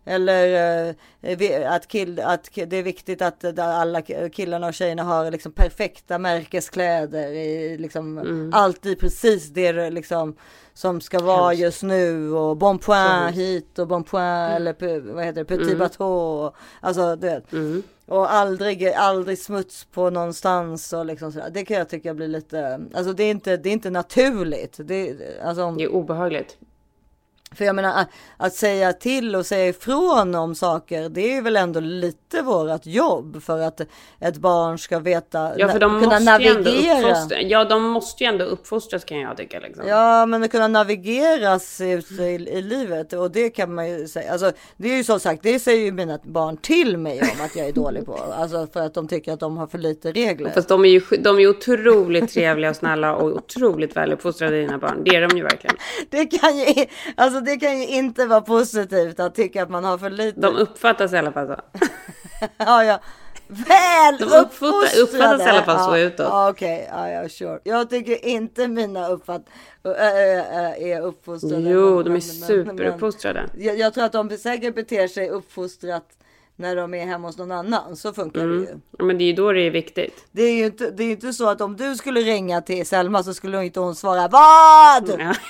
eller äh, att, kill, att det är viktigt att alla killarna och tjejerna har liksom perfekta märkeskläder i liksom mm. alltid precis det liksom som ska vara Helst. Just nu och bon point hit och bon point mm. eller vad heter det petit mm. bateau alltså det mm. och aldrig aldrig smuts på någonstans och liksom sådär. Det kan jag tycka blir lite alltså det är inte det är inte naturligt det alltså det är obehagligt. För jag menar, att, att säga till och säga ifrån om saker, det är väl ändå lite vårat jobb för att ett barn ska veta, ja, för de kunna måste navigera. Ju ja, de måste ju ändå uppfostras kan jag tycka. Liksom. Ja, men att kunna navigeras ut i, i livet, och det kan man ju säga. Alltså, det är ju så sagt, det säger ju mina barn till mig om att jag är dålig på. Alltså för att de tycker att de har för lite regler. Fast de är ju, de är ju otroligt trevliga och snälla och otroligt väluppfostrade, dina barn. Det är de ju verkligen. Det kan ju, alltså det kan ju inte vara positivt att tycka att man har för lite. De uppfattas i alla fall så. ja, ja. Väl de uppfattas, uppfattas i alla fall så ja, utåt. Ja, okej, okay. ja, ja, sure. Jag tycker inte mina uppfatt äh, äh, är uppfostrade. Jo, men, de är superuppfostrade. Jag, jag tror att de säkert beter sig uppfostrat när de är hemma hos någon annan. Så funkar mm. det ju. Ja, men det är ju då det är viktigt. Det är ju inte, det är inte så att om du skulle ringa till Selma så skulle inte hon svara vad? Ja.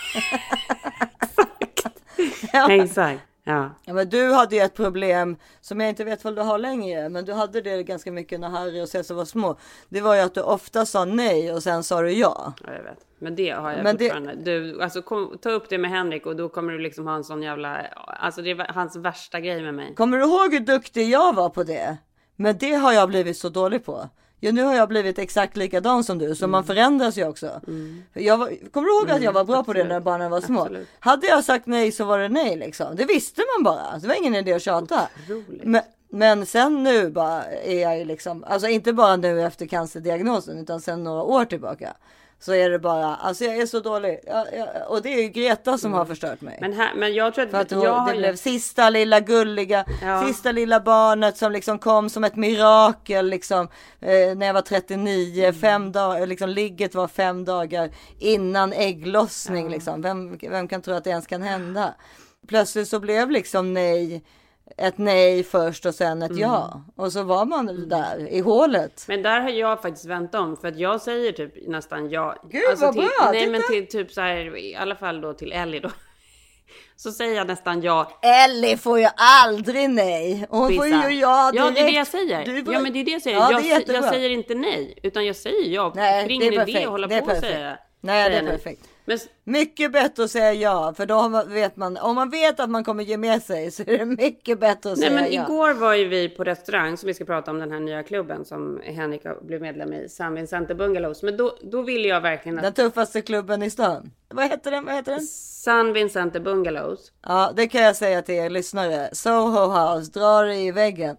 ja. Exakt. Ja. Ja, men du hade ju ett problem som jag inte vet vad du har längre, men du hade det ganska mycket när Harry och Cesar var små. Det var ju att du ofta sa nej och sen sa du ja. Ja, jag vet. Men det har jag men fortfarande. Det... Du, alltså, kom, ta upp det med Henrik och då kommer du liksom ha en sån jävla... Alltså det är hans värsta grej med mig. Kommer du ihåg hur duktig jag var på det? Men det har jag blivit så dålig på. Ja, nu har jag blivit exakt likadan som du, så mm. man förändras ju också. Mm. Jag var, kommer du ihåg att jag var bra mm, på det när barnen var små? Absolut. Hade jag sagt nej så var det nej liksom. Det visste man bara. Det var ingen idé att tjata. Men, men sen nu bara är jag ju liksom, alltså inte bara nu efter cancerdiagnosen utan sen några år tillbaka. Så är det bara, alltså jag är så dålig. Jag, jag, och det är ju Greta som mm. har förstört mig. Men, här, men jag tror att, För att jag det har... blev sista lilla gulliga, ja. sista lilla barnet som liksom kom som ett mirakel liksom eh, när jag var trettionio, mm. fem dagar, liksom ligget var fem dagar innan ägglossning ja. liksom. Vem, vem kan tro att det ens kan hända? Plötsligt så blev liksom nej, ett nej först och sen ett mm. ja. Och så var man mm. där i hålet. Men där har jag faktiskt vänt om. För att jag säger typ nästan ja. Gud alltså vad till, bra. Nej men till typ så här, i alla fall då till Ellie då. Så säger jag nästan ja. Ellie får ju aldrig nej. Hon Vissa. får ju ja direkt. Ja det är det jag säger. Får... Ja men det är det jag säger. Ja, jag, jag säger inte nej. Utan jag säger ja. Nej, det är ingen det är idé att hålla det är på och säga. Nej det är perfekt. Men... Mycket bättre att säga ja, för då vet man, om man vet att man kommer ge med sig så är det mycket bättre att Nej, säga men ja. Igår var ju vi på restaurang som vi ska prata om den här nya klubben som Henrik blev medlem i, San Vicente Bungalows. Men då, då ville jag verkligen att... Den tuffaste klubben i stan. Vad heter den? Vad heter den? San Vicente Bungalows. Ja, det kan jag säga till er lyssnare. Soho House, drar i väggen.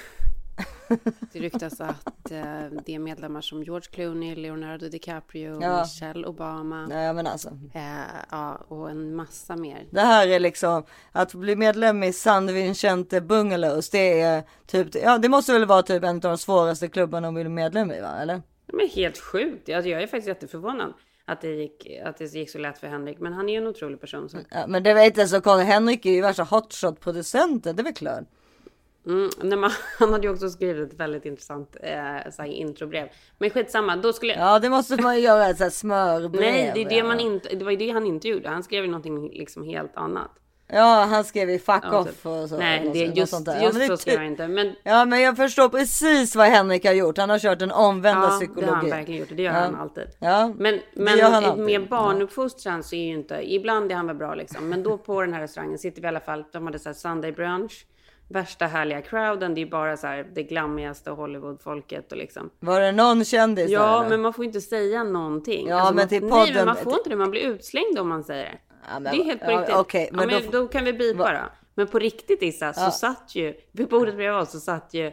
Det ryktas att eh, det är medlemmar som George Clooney, Leonardo DiCaprio, ja. Michelle Obama. Nej, men alltså. Eh, ja, och en massa mer. Det här är liksom, att bli medlem i San Vicente Bungalows, det är typ, ja det måste väl vara typ en av de svåraste klubbarna att bli medlem i, va? Eller? Men helt sjukt. Alltså, jag är faktiskt jätteförvånad att det gick, att det gick så lätt för Henrik. Men han är ju en otrolig person. Så. Ja, men det var inte så konstigt. Henrik är ju värsta hotshot-producenten, det är väl klart. Mm, nej, man, han hade ju också skrivit ett väldigt intressant eh, så här, introbrev. Men skitsamma, då skulle jag... Ja, det måste man ju göra, ett så här smörbrev. Nej, det, är det, ja. man inte, det var ju det han inte gjorde. Han skrev ju någonting liksom helt annat. Ja, han skrev ju fuck ja, off typ. och så. Nej, det, och just, sånt där. just ja, så skrev jag inte. Men... Ja, men jag förstår precis vad Henrik har gjort. Han har kört en omvända ja, psykologi. Ja, det har han verkligen gjort. Det gör ja. han alltid. Ja, men men alltid. Med barnuppfostran så är ju inte... Ibland är han väl bra liksom. Men då på den här restaurangen sitter vi i alla fall... De hade så här Sunday brunch. Värsta härliga crowden, det är bara så här det glammigaste Hollywood-folket och liksom. Var det någon kändis ja, där? Ja, men man får inte säga någonting. Ja, alltså, men man, till nej, podden... men man får inte det, man blir utslängd om man säger det. Ja, men, det är helt på ja, riktigt. Okay, men, ja, men då... då kan vi bipa Va... då. Men på riktigt Issa, så ja. satt ju, vid bordet bredvid oss så satt ju...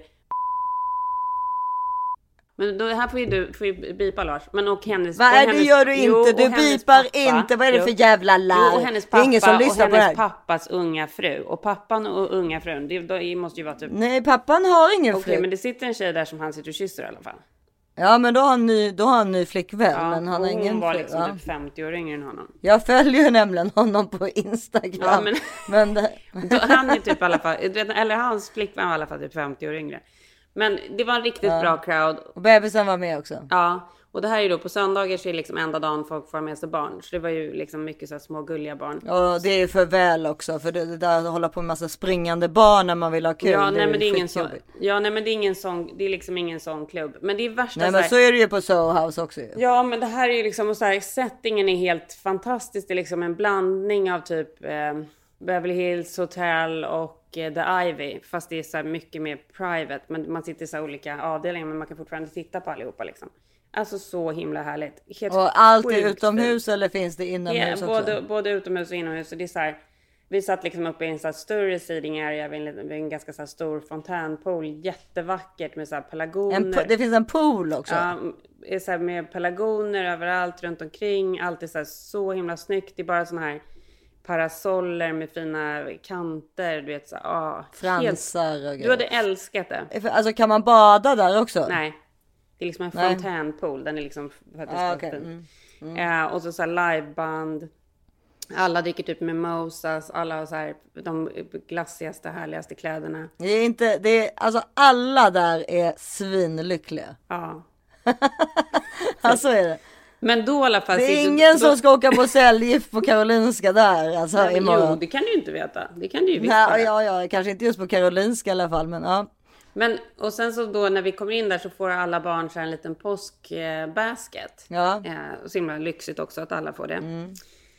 Men då, här får ju du får ju bipa Lars. Men och hennes... Vad är det gör du jo, inte? Du bipar pappa, inte. Vad är det för jävla larv? Jo, och hennes pappa det är ingen som lyssnar och på det hennes här. pappas unga fru. Och pappan och unga frun, det, det måste ju vara typ... Nej, pappan har ingen okay, fru. Okej, men det sitter en tjej där som han sitter och kysser i alla fall. Ja, men då har han ny, då har han ny flickvän. Ja, men han har ingen hon var fru, liksom ja. typ femtio år yngre än honom. Jag följer nämligen honom på Instagram. Ja, men, men det... då, han är typ i alla fall, eller hans flickvän var i alla fall typ femtio år yngre. Men det var en riktigt ja. bra crowd. Och bebisen var med också. Ja, och det här är ju då på söndagar så är liksom enda dagen folk får med sig barn. Så det var ju liksom mycket så här små gulliga barn. Och det är för väl också. För det, det där att hålla på med massa springande barn när man vill ha kul. Ja, det nej, är men det är ingen sån, ja, nej men det är ingen sån, det är liksom ingen sån klubb. Men det är värsta nej, men så, här, så är det ju på Soho House också. Ju. Ja, men det här är ju liksom, och så här, settingen är helt fantastisk. Det är liksom en blandning av typ... Eh, Beverly Hills Hotel och eh, The Ivy. Fast det är så här mycket mer private. Men man sitter i så här olika avdelningar, men man kan fortfarande titta på allihopa liksom. Alltså så himla härligt. Helt och allt är sjukt utomhus eller finns det inomhus yeah, också? Både, både utomhus och inomhus. Så det är så här, vi satt liksom uppe i en så här större seating area vid en, vid en ganska så här stor fontänpool. Jättevackert med så här pelargoner. En, det finns en pool också? Ja, är så här med pelargoner överallt runt omkring. Allt är så här så himla snyggt. Det är bara såna här parasoller med fina kanter. Du vet så här, ah, fransar och grejer. Du hade älskat det. Alltså kan man bada där också? Nej. Det är liksom en Nej. fontänpool. Den är liksom för att det ska ah, vara okay. fin. Mm. Mm. Ja, och så, så här liveband. Alla dricker typ mimosas. Alla har så här de glassigaste, härligaste kläderna. Det är inte, det är, alltså alla där är svinlyckliga. Ja. Alltså är det. Men då i alla fall. Det är ingen då... som ska åka på cellgift på Karolinska där. Alltså, nej, imorgon. Jo, det kan du ju inte veta. Det kan du ju visst nej, ja, ja, kanske inte just på Karolinska i alla fall, men ja. Men och sen så då när vi kommer in där så får alla barn så en liten påskbasket. Ja. Ja, och så himla lyxigt också att alla får det. Mm.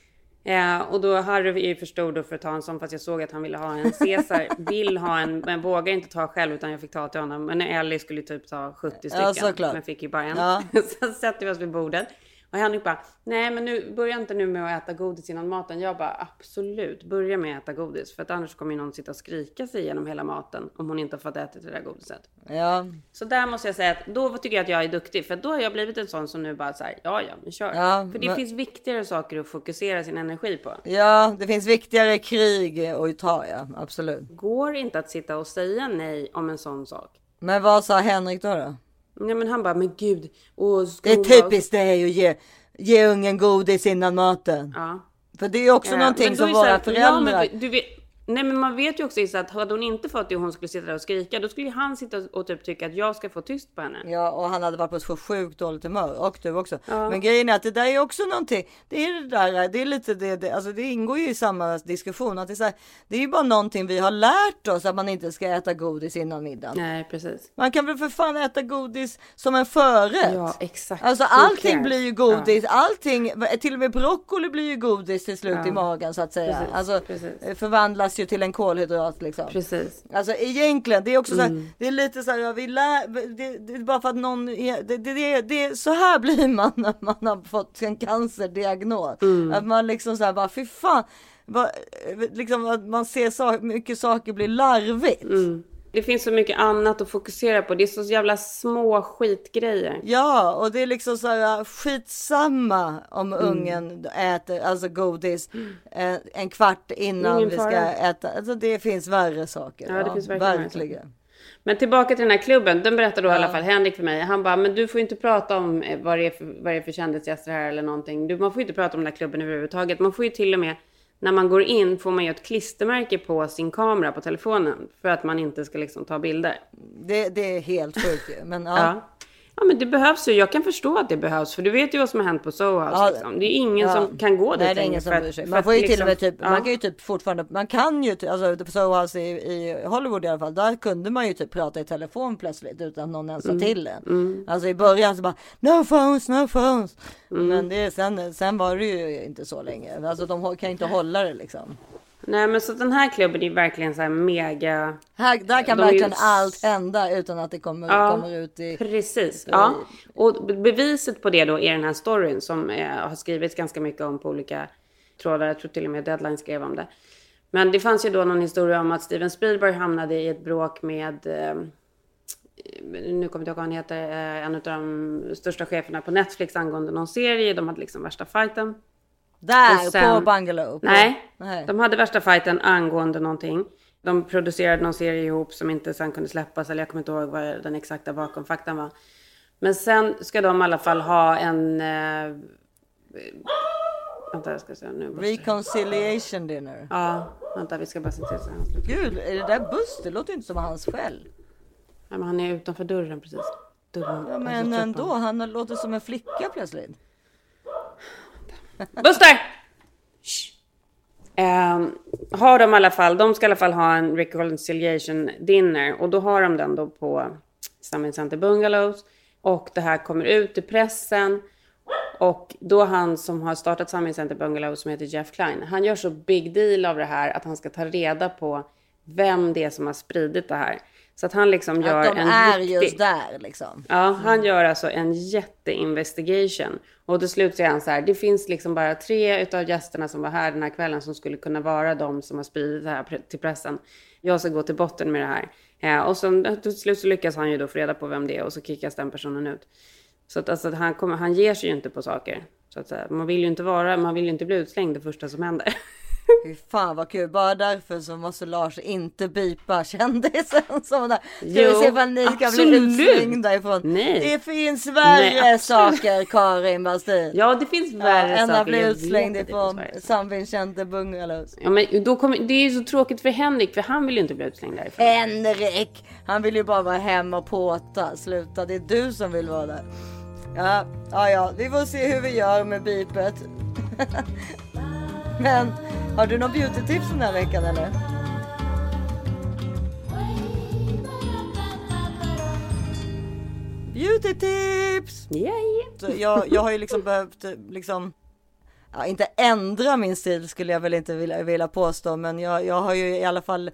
Ja, och då Harry är ju för stor då för att ta en sån, fast jag såg att han ville ha en. Caesar vill ha en, men vågar inte ta själv utan jag fick ta till honom. Men Ellie skulle typ ta sjuttio stycken, ja, såklart. Men fick ju bara en. Ja. Sen sätter vi oss vid bordet. Och Henrik bara, nej men nu börja inte nu med att äta godis innan maten. Jag bara, absolut, börja med att äta godis. För att annars kommer ju någon sitta och skrika sig igenom hela maten om hon inte har fått äta det där godiset. Ja. Så där måste jag säga att då tycker jag att jag är duktig. För då har jag blivit en sån som nu bara så här, ja ja, men kör. Ja, för det men... finns viktigare saker att fokusera sin energi på. Ja, det finns viktigare krig att ta, ja, absolut. Går inte att sitta och säga nej om en sån sak. Men vad sa Henrik då då? Nej men han bara, men gud. Och det är typiskt dig att ge... Ge ungen godis innan maten. Ja. För det är också ja, någonting som våra här, föräldrar... Ja, men du vet, nej men man vet ju också så att hade hon inte fått det och hon skulle sitta där och skrika, då skulle han sitta och typ tycka att jag ska få tyst på henne. Ja, och han hade varit på ett så sjukt dåligt humör. Och du också. Ja. Men grejen är att det där är också någonting. Det är det där, det är lite det, det alltså det ingår ju i samma diskussion. Att det är så här, det är ju bara någonting vi har lärt oss att man inte ska äta godis innan middagen. Nej, precis. Man kan väl för fan äta godis som en förrätt. Ja, exakt. Alltså allting blir ju godis. Ja. Allting, till och med broccoli blir ju godis till slut ja. i magen så att säga. Precis, alltså precis. Förvandlas ju till en kolhydrat liksom. Precis. Alltså egentligen, det är också så här, mm. det är lite så här, vi lär, det, det är bara för att någon, det, det, det, det, så här blir man när man har fått en cancerdiagnos. Mm. Att man liksom så här bara, fy fan, bara, liksom att man ser så mycket saker blir larvigt. Mm. Det finns så mycket annat att fokusera på. Det är så jävla små skitgrejer. Ja, och det är liksom så här skitsamma om mm. ungen äter alltså godis mm. en kvart innan vi ska äta. Alltså det finns värre saker. Ja, det ja, finns verkligen. verkligen. Men tillbaka till den här klubben. Den berättade då ja. i alla fall Henrik för mig. Han bara, men du får inte prata om vad det är för, vad det är för kändisgäster här eller någonting. Du, man får inte prata om den här klubben överhuvudtaget. Man får ju till och med... När man går in får man ju ett klistermärke på sin kamera på telefonen. För att man inte ska liksom ta bilder. Det, det är helt sjukt ju. Men, ja. ja. ja men det behövs ju. Jag kan förstå att det behövs. För du vet ju vad som har hänt på Soho House. Ja. Liksom. Det är ingen ja. som kan gå dit. Nej, det är ingen som bryr sig. Man får ju liksom, till och med typ. Ja. Man kan ju typ fortfarande. Man kan ju. Alltså på Soho House i, i Hollywood i alla fall. Där kunde man ju typ prata i telefon plötsligt. Utan någon ens sa mm. till en. Mm. Alltså i början så bara. No phones, no phones. Mm. Men det, sen, sen var det ju inte så länge. Alltså de kan inte hålla det liksom. Nej men så den här klubben är verkligen så här mega... Här, där kan verkligen ju... allt hända utan att det kommer, ja, kommer ut i... Precis, ja. Och beviset på det då är den här storyn som eh, har skrivits ganska mycket om på olika trådar. Jag tror till och med Deadline skrev om det. Men det fanns ju då någon historia om att Steven Spielberg hamnade i ett bråk med... Eh, nu kommer jag inte ihåg vad han heter. Eh, en av de största cheferna på Netflix angående någon serie. De hade liksom värsta fighten. Där, sen, på Bungalow? På, nej, nej, de hade värsta fighten angående någonting. De producerade någon serie ihop som inte sen kunde släppas. Eller jag kommer inte ihåg vad den exakta bakomfaktan var. Men sen ska de i alla fall ha en... Eh, vänta, jag ska se nu. Reconciliation dinner. Ja, vänta, vi ska bara se till så här. Gud, är det där buss? Det låter inte som hans själv. Nej, men han är utanför dörren precis. Dörren, ja, men ändå, han låter som en flicka plötsligt. Buster! Eh, har de i alla fall, de ska i alla fall ha en reconciliation dinner och då har de den då på Summit Center Bungalows och det här kommer ut i pressen Och då han som har startat Sunbeam Center Bungalow som heter Jeff Klein. Han gör så big deal av det här att han ska ta reda på vem det är som har spridit det här. Så att han liksom gör att de en är riktig... just där liksom. Ja, han gör alltså en jätteinvestigation. Och till slut säger han så här, det finns liksom bara tre utav gästerna som var här den här kvällen som skulle kunna vara de som har spridit det här till pressen. Jag ska gå till botten med det här. Ja, och så till slut så lyckas han ju då få reda på vem det är och så kickas den personen ut. Så att alltså, han, kommer, han ger sig ju inte på saker. Så att säga. Man vill ju inte vara, man vill ju inte bli utslängd det första som händer. Fy fan vad kul. Bara därför så måste Lars inte bipa kändisen som där. Ska Jo, vi se vad ni kan absolut. bli utslängda ifrån. Nej. Det finns värre Nej, saker, Karin Bastin. Ja, det finns värre ja, saker. än att bli Jag utslängd vet ifrån det, Sunbeam Center Bungalows. Ja, men då kommer, det är ju så tråkigt för Henrik, för han vill ju inte bli utslängd därifrån. Henrik, han vill ju bara vara hemma och påta. Sluta, det är du som vill vara där. Ja, ja, ja, vi får se hur vi gör med bipet. Men har du någon beauty-tips den här veckan eller? Beauty-tips! Yay. Jag, jag har ju liksom behövt liksom, ja, inte ändra min stil skulle jag väl inte vilja, vilja påstå. Men jag, jag har ju i alla fall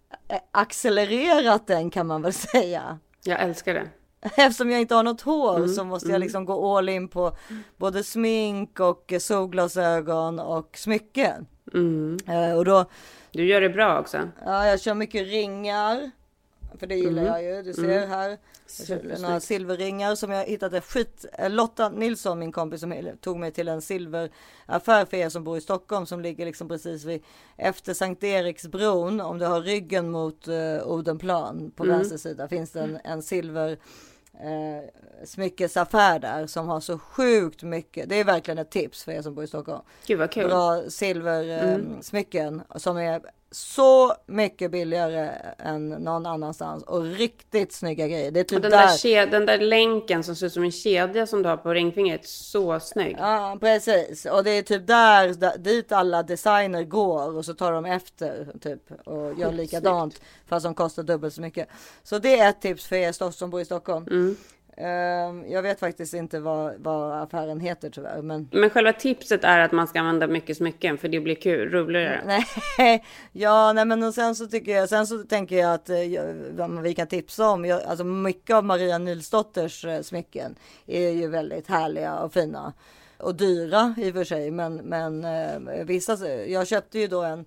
accelererat den kan man väl säga. Jag älskar det. Eftersom jag inte har något hår Mm, så måste mm. jag liksom gå all in på både smink och solglasögon och smycken. Mm. Eh, och då, du gör det bra också. Ja, jag kör mycket ringar. För det gillar Mm. jag ju. Du ser Mm. här. Jag kör några silverringar som jag hittade skit. Lotta Nilsson, min kompis, som tog mig till en silveraffär för er som bor i Stockholm. Som ligger liksom precis vid efter Sankt Eriksbron. Om du har ryggen mot uh, Odenplan på Mm. vänster sida finns det en, en silver eh, smyckesaffär där som har så sjukt mycket. Det är verkligen ett tips för er som bor i Stockholm. Gud vad kul. Bra silver eh, Mm. smycken som är så mycket billigare än någon annanstans och riktigt snygga grejer. Det är typ och den, där... där ke- den där länken som ser ut som en kedja som du har på ringfingret, så snygg. Ja, precis. Och det är typ där, där dit alla designer går och så tar de efter typ och gör likadant fast de kostar dubbelt så mycket. Så det är ett tips för er som bor i Stockholm. Mm. Um, jag vet faktiskt inte vad, vad affären heter tyvärr. Men... men själva tipset är att man ska använda mycket smycken för det blir kul, roligare. Nej, ja, nej men och sen så tycker jag, sen så tänker jag att eh, vi kan tipsa om, jag, alltså mycket av Maria Nilsdotters eh, smycken är ju väldigt härliga och fina och dyra i och för sig, men, men eh, vissa, jag köpte ju då en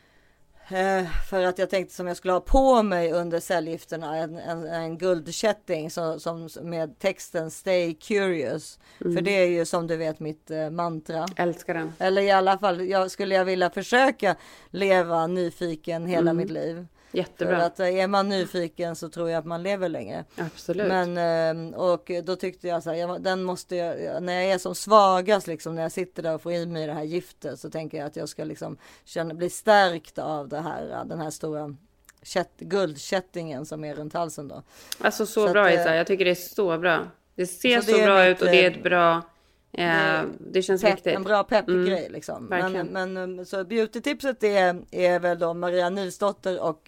Eh, för att jag tänkte som jag skulle ha på mig under cellgifterna en, en, en guldkätting så, som, med texten Stay Curious. Mm. För det är ju som du vet mitt eh, mantra. Älskar den. Eller i alla fall jag, skulle jag vilja försöka leva nyfiken hela Mm. mitt liv. Jättebra. För att eh, är man nyfiken så tror jag att man lever längre. Absolut. Men eh, och då tyckte jag så här, jag, den måste jag, när jag är som svagast liksom, när jag sitter där och får i mig det här giftet så tänker jag att jag ska liksom känna, bli stärkt av det här, den här stora kätt, guldkättingen som är runt halsen då. Alltså så, så bra att, Isa, jag tycker det är så bra. Det ser så, så det är bra mitt, ut och det är ett bra, eh, det, det känns pepp, viktigt. En bra peppig Mm, grej liksom. verkligen. Men, men så beauty-tipset är, är väl då Maria Nilsdotter och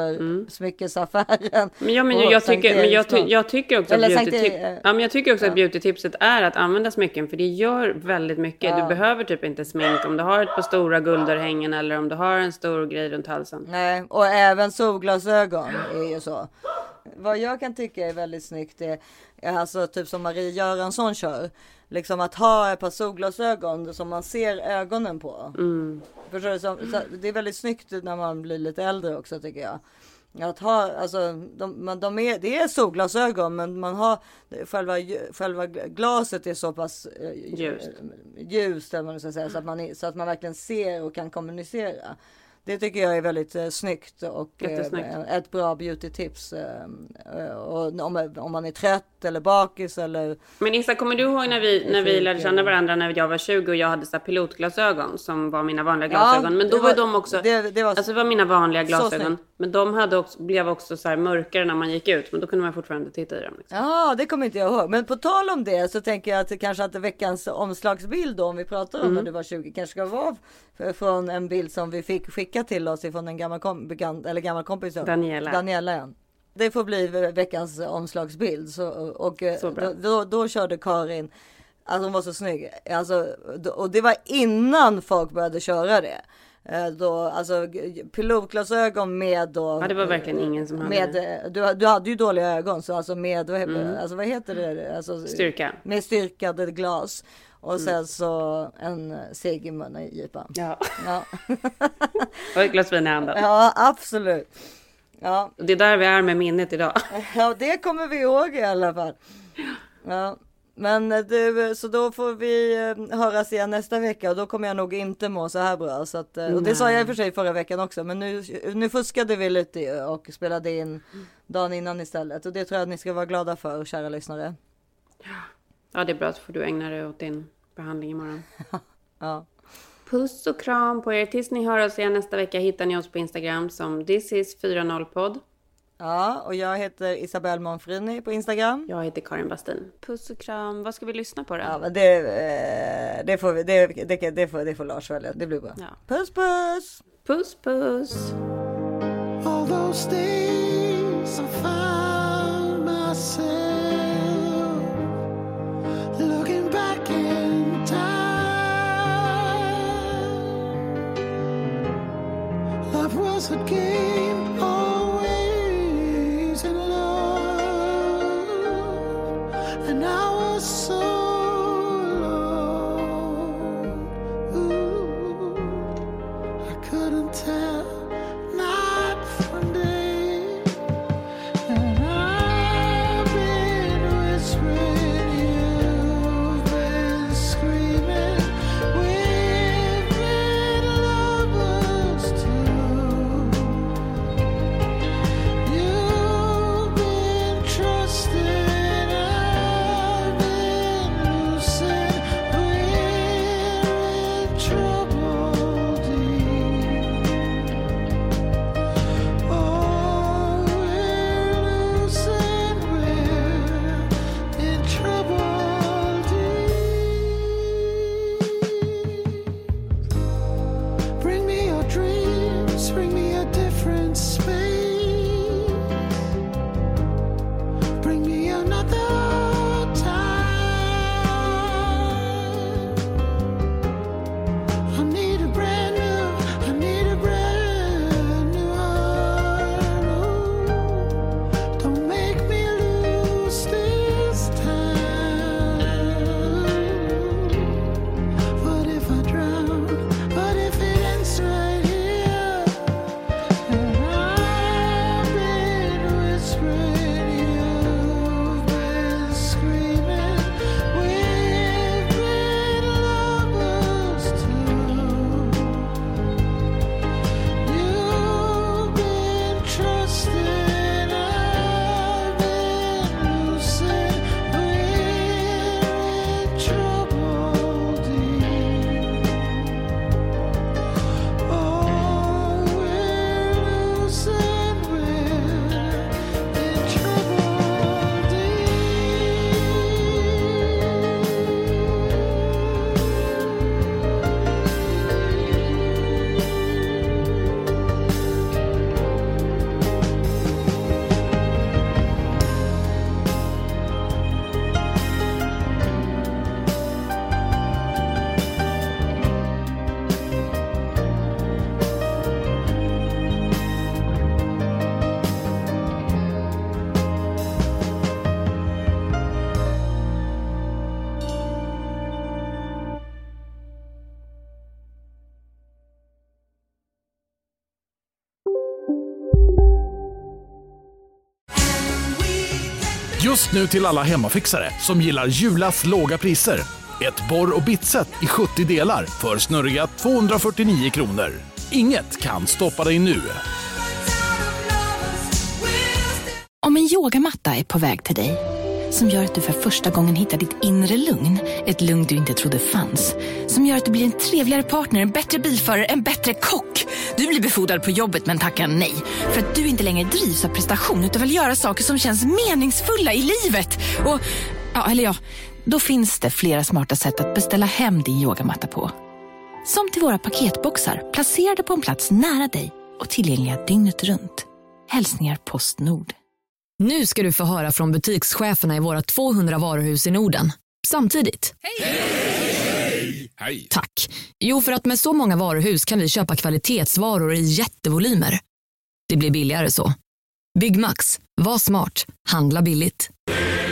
silversmyckesaffären. Men, ja, men, på jag, Sankt tycker, men jag, Eriksbron. ty, jag tycker också Eller att Sankt beauty-tip, Eri- ja, men jag tycker också ja. att beauty-tipset är att använda smycken för det gör väldigt mycket. Ja. Du behöver typ inte smink om du har ett par stora guldörhängen eller om du har en stor grej runt halsen. Nej, och även solglasögon är ju så. Vad jag kan tycka är väldigt snyggt är, är alltså typ som Marie Göransson kör. Liksom att ha ett par solglasögon som man ser ögonen på. Mm. Förstår du? Så, så, det är väldigt snyggt när man blir lite äldre också tycker jag. Att ha, alltså, de, man, de är, det är solglasögon men man har själva, själva glaset är så pass eh, Ljust. ljust man ska säga, så, att man är, så att man verkligen ser och kan kommunicera. Det tycker jag är väldigt eh, snyggt och eh, ett bra beauty-tips. Eh, och om, om man är trött eller bakis eller... Men Issa, kommer du ihåg när vi, när vi lärde känna varandra när jag var tjugo och jag hade så här pilotglasögon som var mina vanliga glasögon. Ja, men då det var, var de också, det, det var, alltså det var mina vanliga glasögon. snyggt. Men de hade också, blev också så här mörkare när man gick ut. Men då kunde man fortfarande titta i dem. Liksom. Ja, det kommer inte jag ihåg. Men på tal om det så tänker jag att kanske att veckans omslagsbild då, om vi pratar om Mm. när du var tjugo, kanske ska vara f- från en bild som vi fick skicka till oss ifrån en gammal, kom, bekant, eller gammal kompis. Daniela. Daniela, ja. Det får bli veckans omslagsbild. Så, och Så bra. då, då, då körde Karin Alltså hon var så snygg. Alltså, och det var innan folk började köra det. Då, alltså pilotglasögon med då. Ja, det var verkligen ingen som hade med, du, du hade ju dåliga ögon, så alltså med, mm. alltså vad heter det? Alltså, styrka. Med styrkade glas. Och mm. sen så en cigg i munnen i jeepan. Ja. Ja. Och ett glas vin i handen. Ja, absolut. Ja. Det är där vi är med minnet idag. Ja, det kommer vi ihåg i alla fall. Ja. Men du, så då får vi höras igen nästa vecka, och då kommer jag nog inte må så här bra. Så att, och det sa jag i och för sig förra veckan också, men nu, nu fuskade vi lite och spelade in dagen innan istället. Och det tror jag att ni ska vara glada för, kära lyssnare. Ja, det är bra, att får du ägna dig åt din behandling imorgon. Ja. Puss och kram på er. Tills ni hör oss igen nästa vecka hittar ni oss på Instagram som this is fyrtio podd. Ja, och jag heter Isabelle Monfrini på Instagram. Jag heter Karin Bastin. Puss och kram. Vad ska vi lyssna på då? Ja, men det, det, får, vi, det, det, det, får, det får Lars välja. Det blir bra. Ja. Puss, puss! Puss, puss! All those days I found myself looking back in time. Love was a game always in love, and I was so alone. Ooh, I couldn't tell night from day, and I've been whispering, you've been screaming, we've been lovers too. You've been trusting, I've been losing, we're in trouble deep. Oh, we're losing, we're in trouble deep. Bring me your dreams, bring me a different space. Bring me another time. I need a brand new, I need a brand new heart. Ooh, don't make me lose this time. What if I drown? What if it ends right here? And I've been whispering, you've been screaming, we've been lovers too. You've been trusting, I've been losing, we're in trouble deep. Oh, we're losing, we're in trouble Just nu till alla hemmafixare som gillar Julas låga priser. Ett borr- och bitset i sjuttio delar för snurriga tvåhundrafyrtionio kronor. Inget kan stoppa dig nu. Om en yogamatta är på väg till dig, som gör att du för första gången hittar ditt inre lugn, ett lugn du inte trodde fanns, som gör att du blir en trevligare partner, en bättre bilförare, en bättre kock. Du blir befordrad på jobbet men tackar nej, för att du inte längre drivs av prestation utan vill göra saker som känns meningsfulla i livet. Och, ja, eller ja, då finns det flera smarta sätt att beställa hem din yogamatta på. Som till våra paketboxar, placerade på en plats nära dig och tillgängliga dygnet runt. Hälsningar Postnord. Nu ska du få höra från butikscheferna i våra tvåhundra varuhus i Norden. samtidigt? Hej! Hej! Tack. Jo, för att med så många varuhus kan vi köpa kvalitetsvaror i jättevolymer. Det blir billigare så. Byggmax. Var smart. Handla billigt.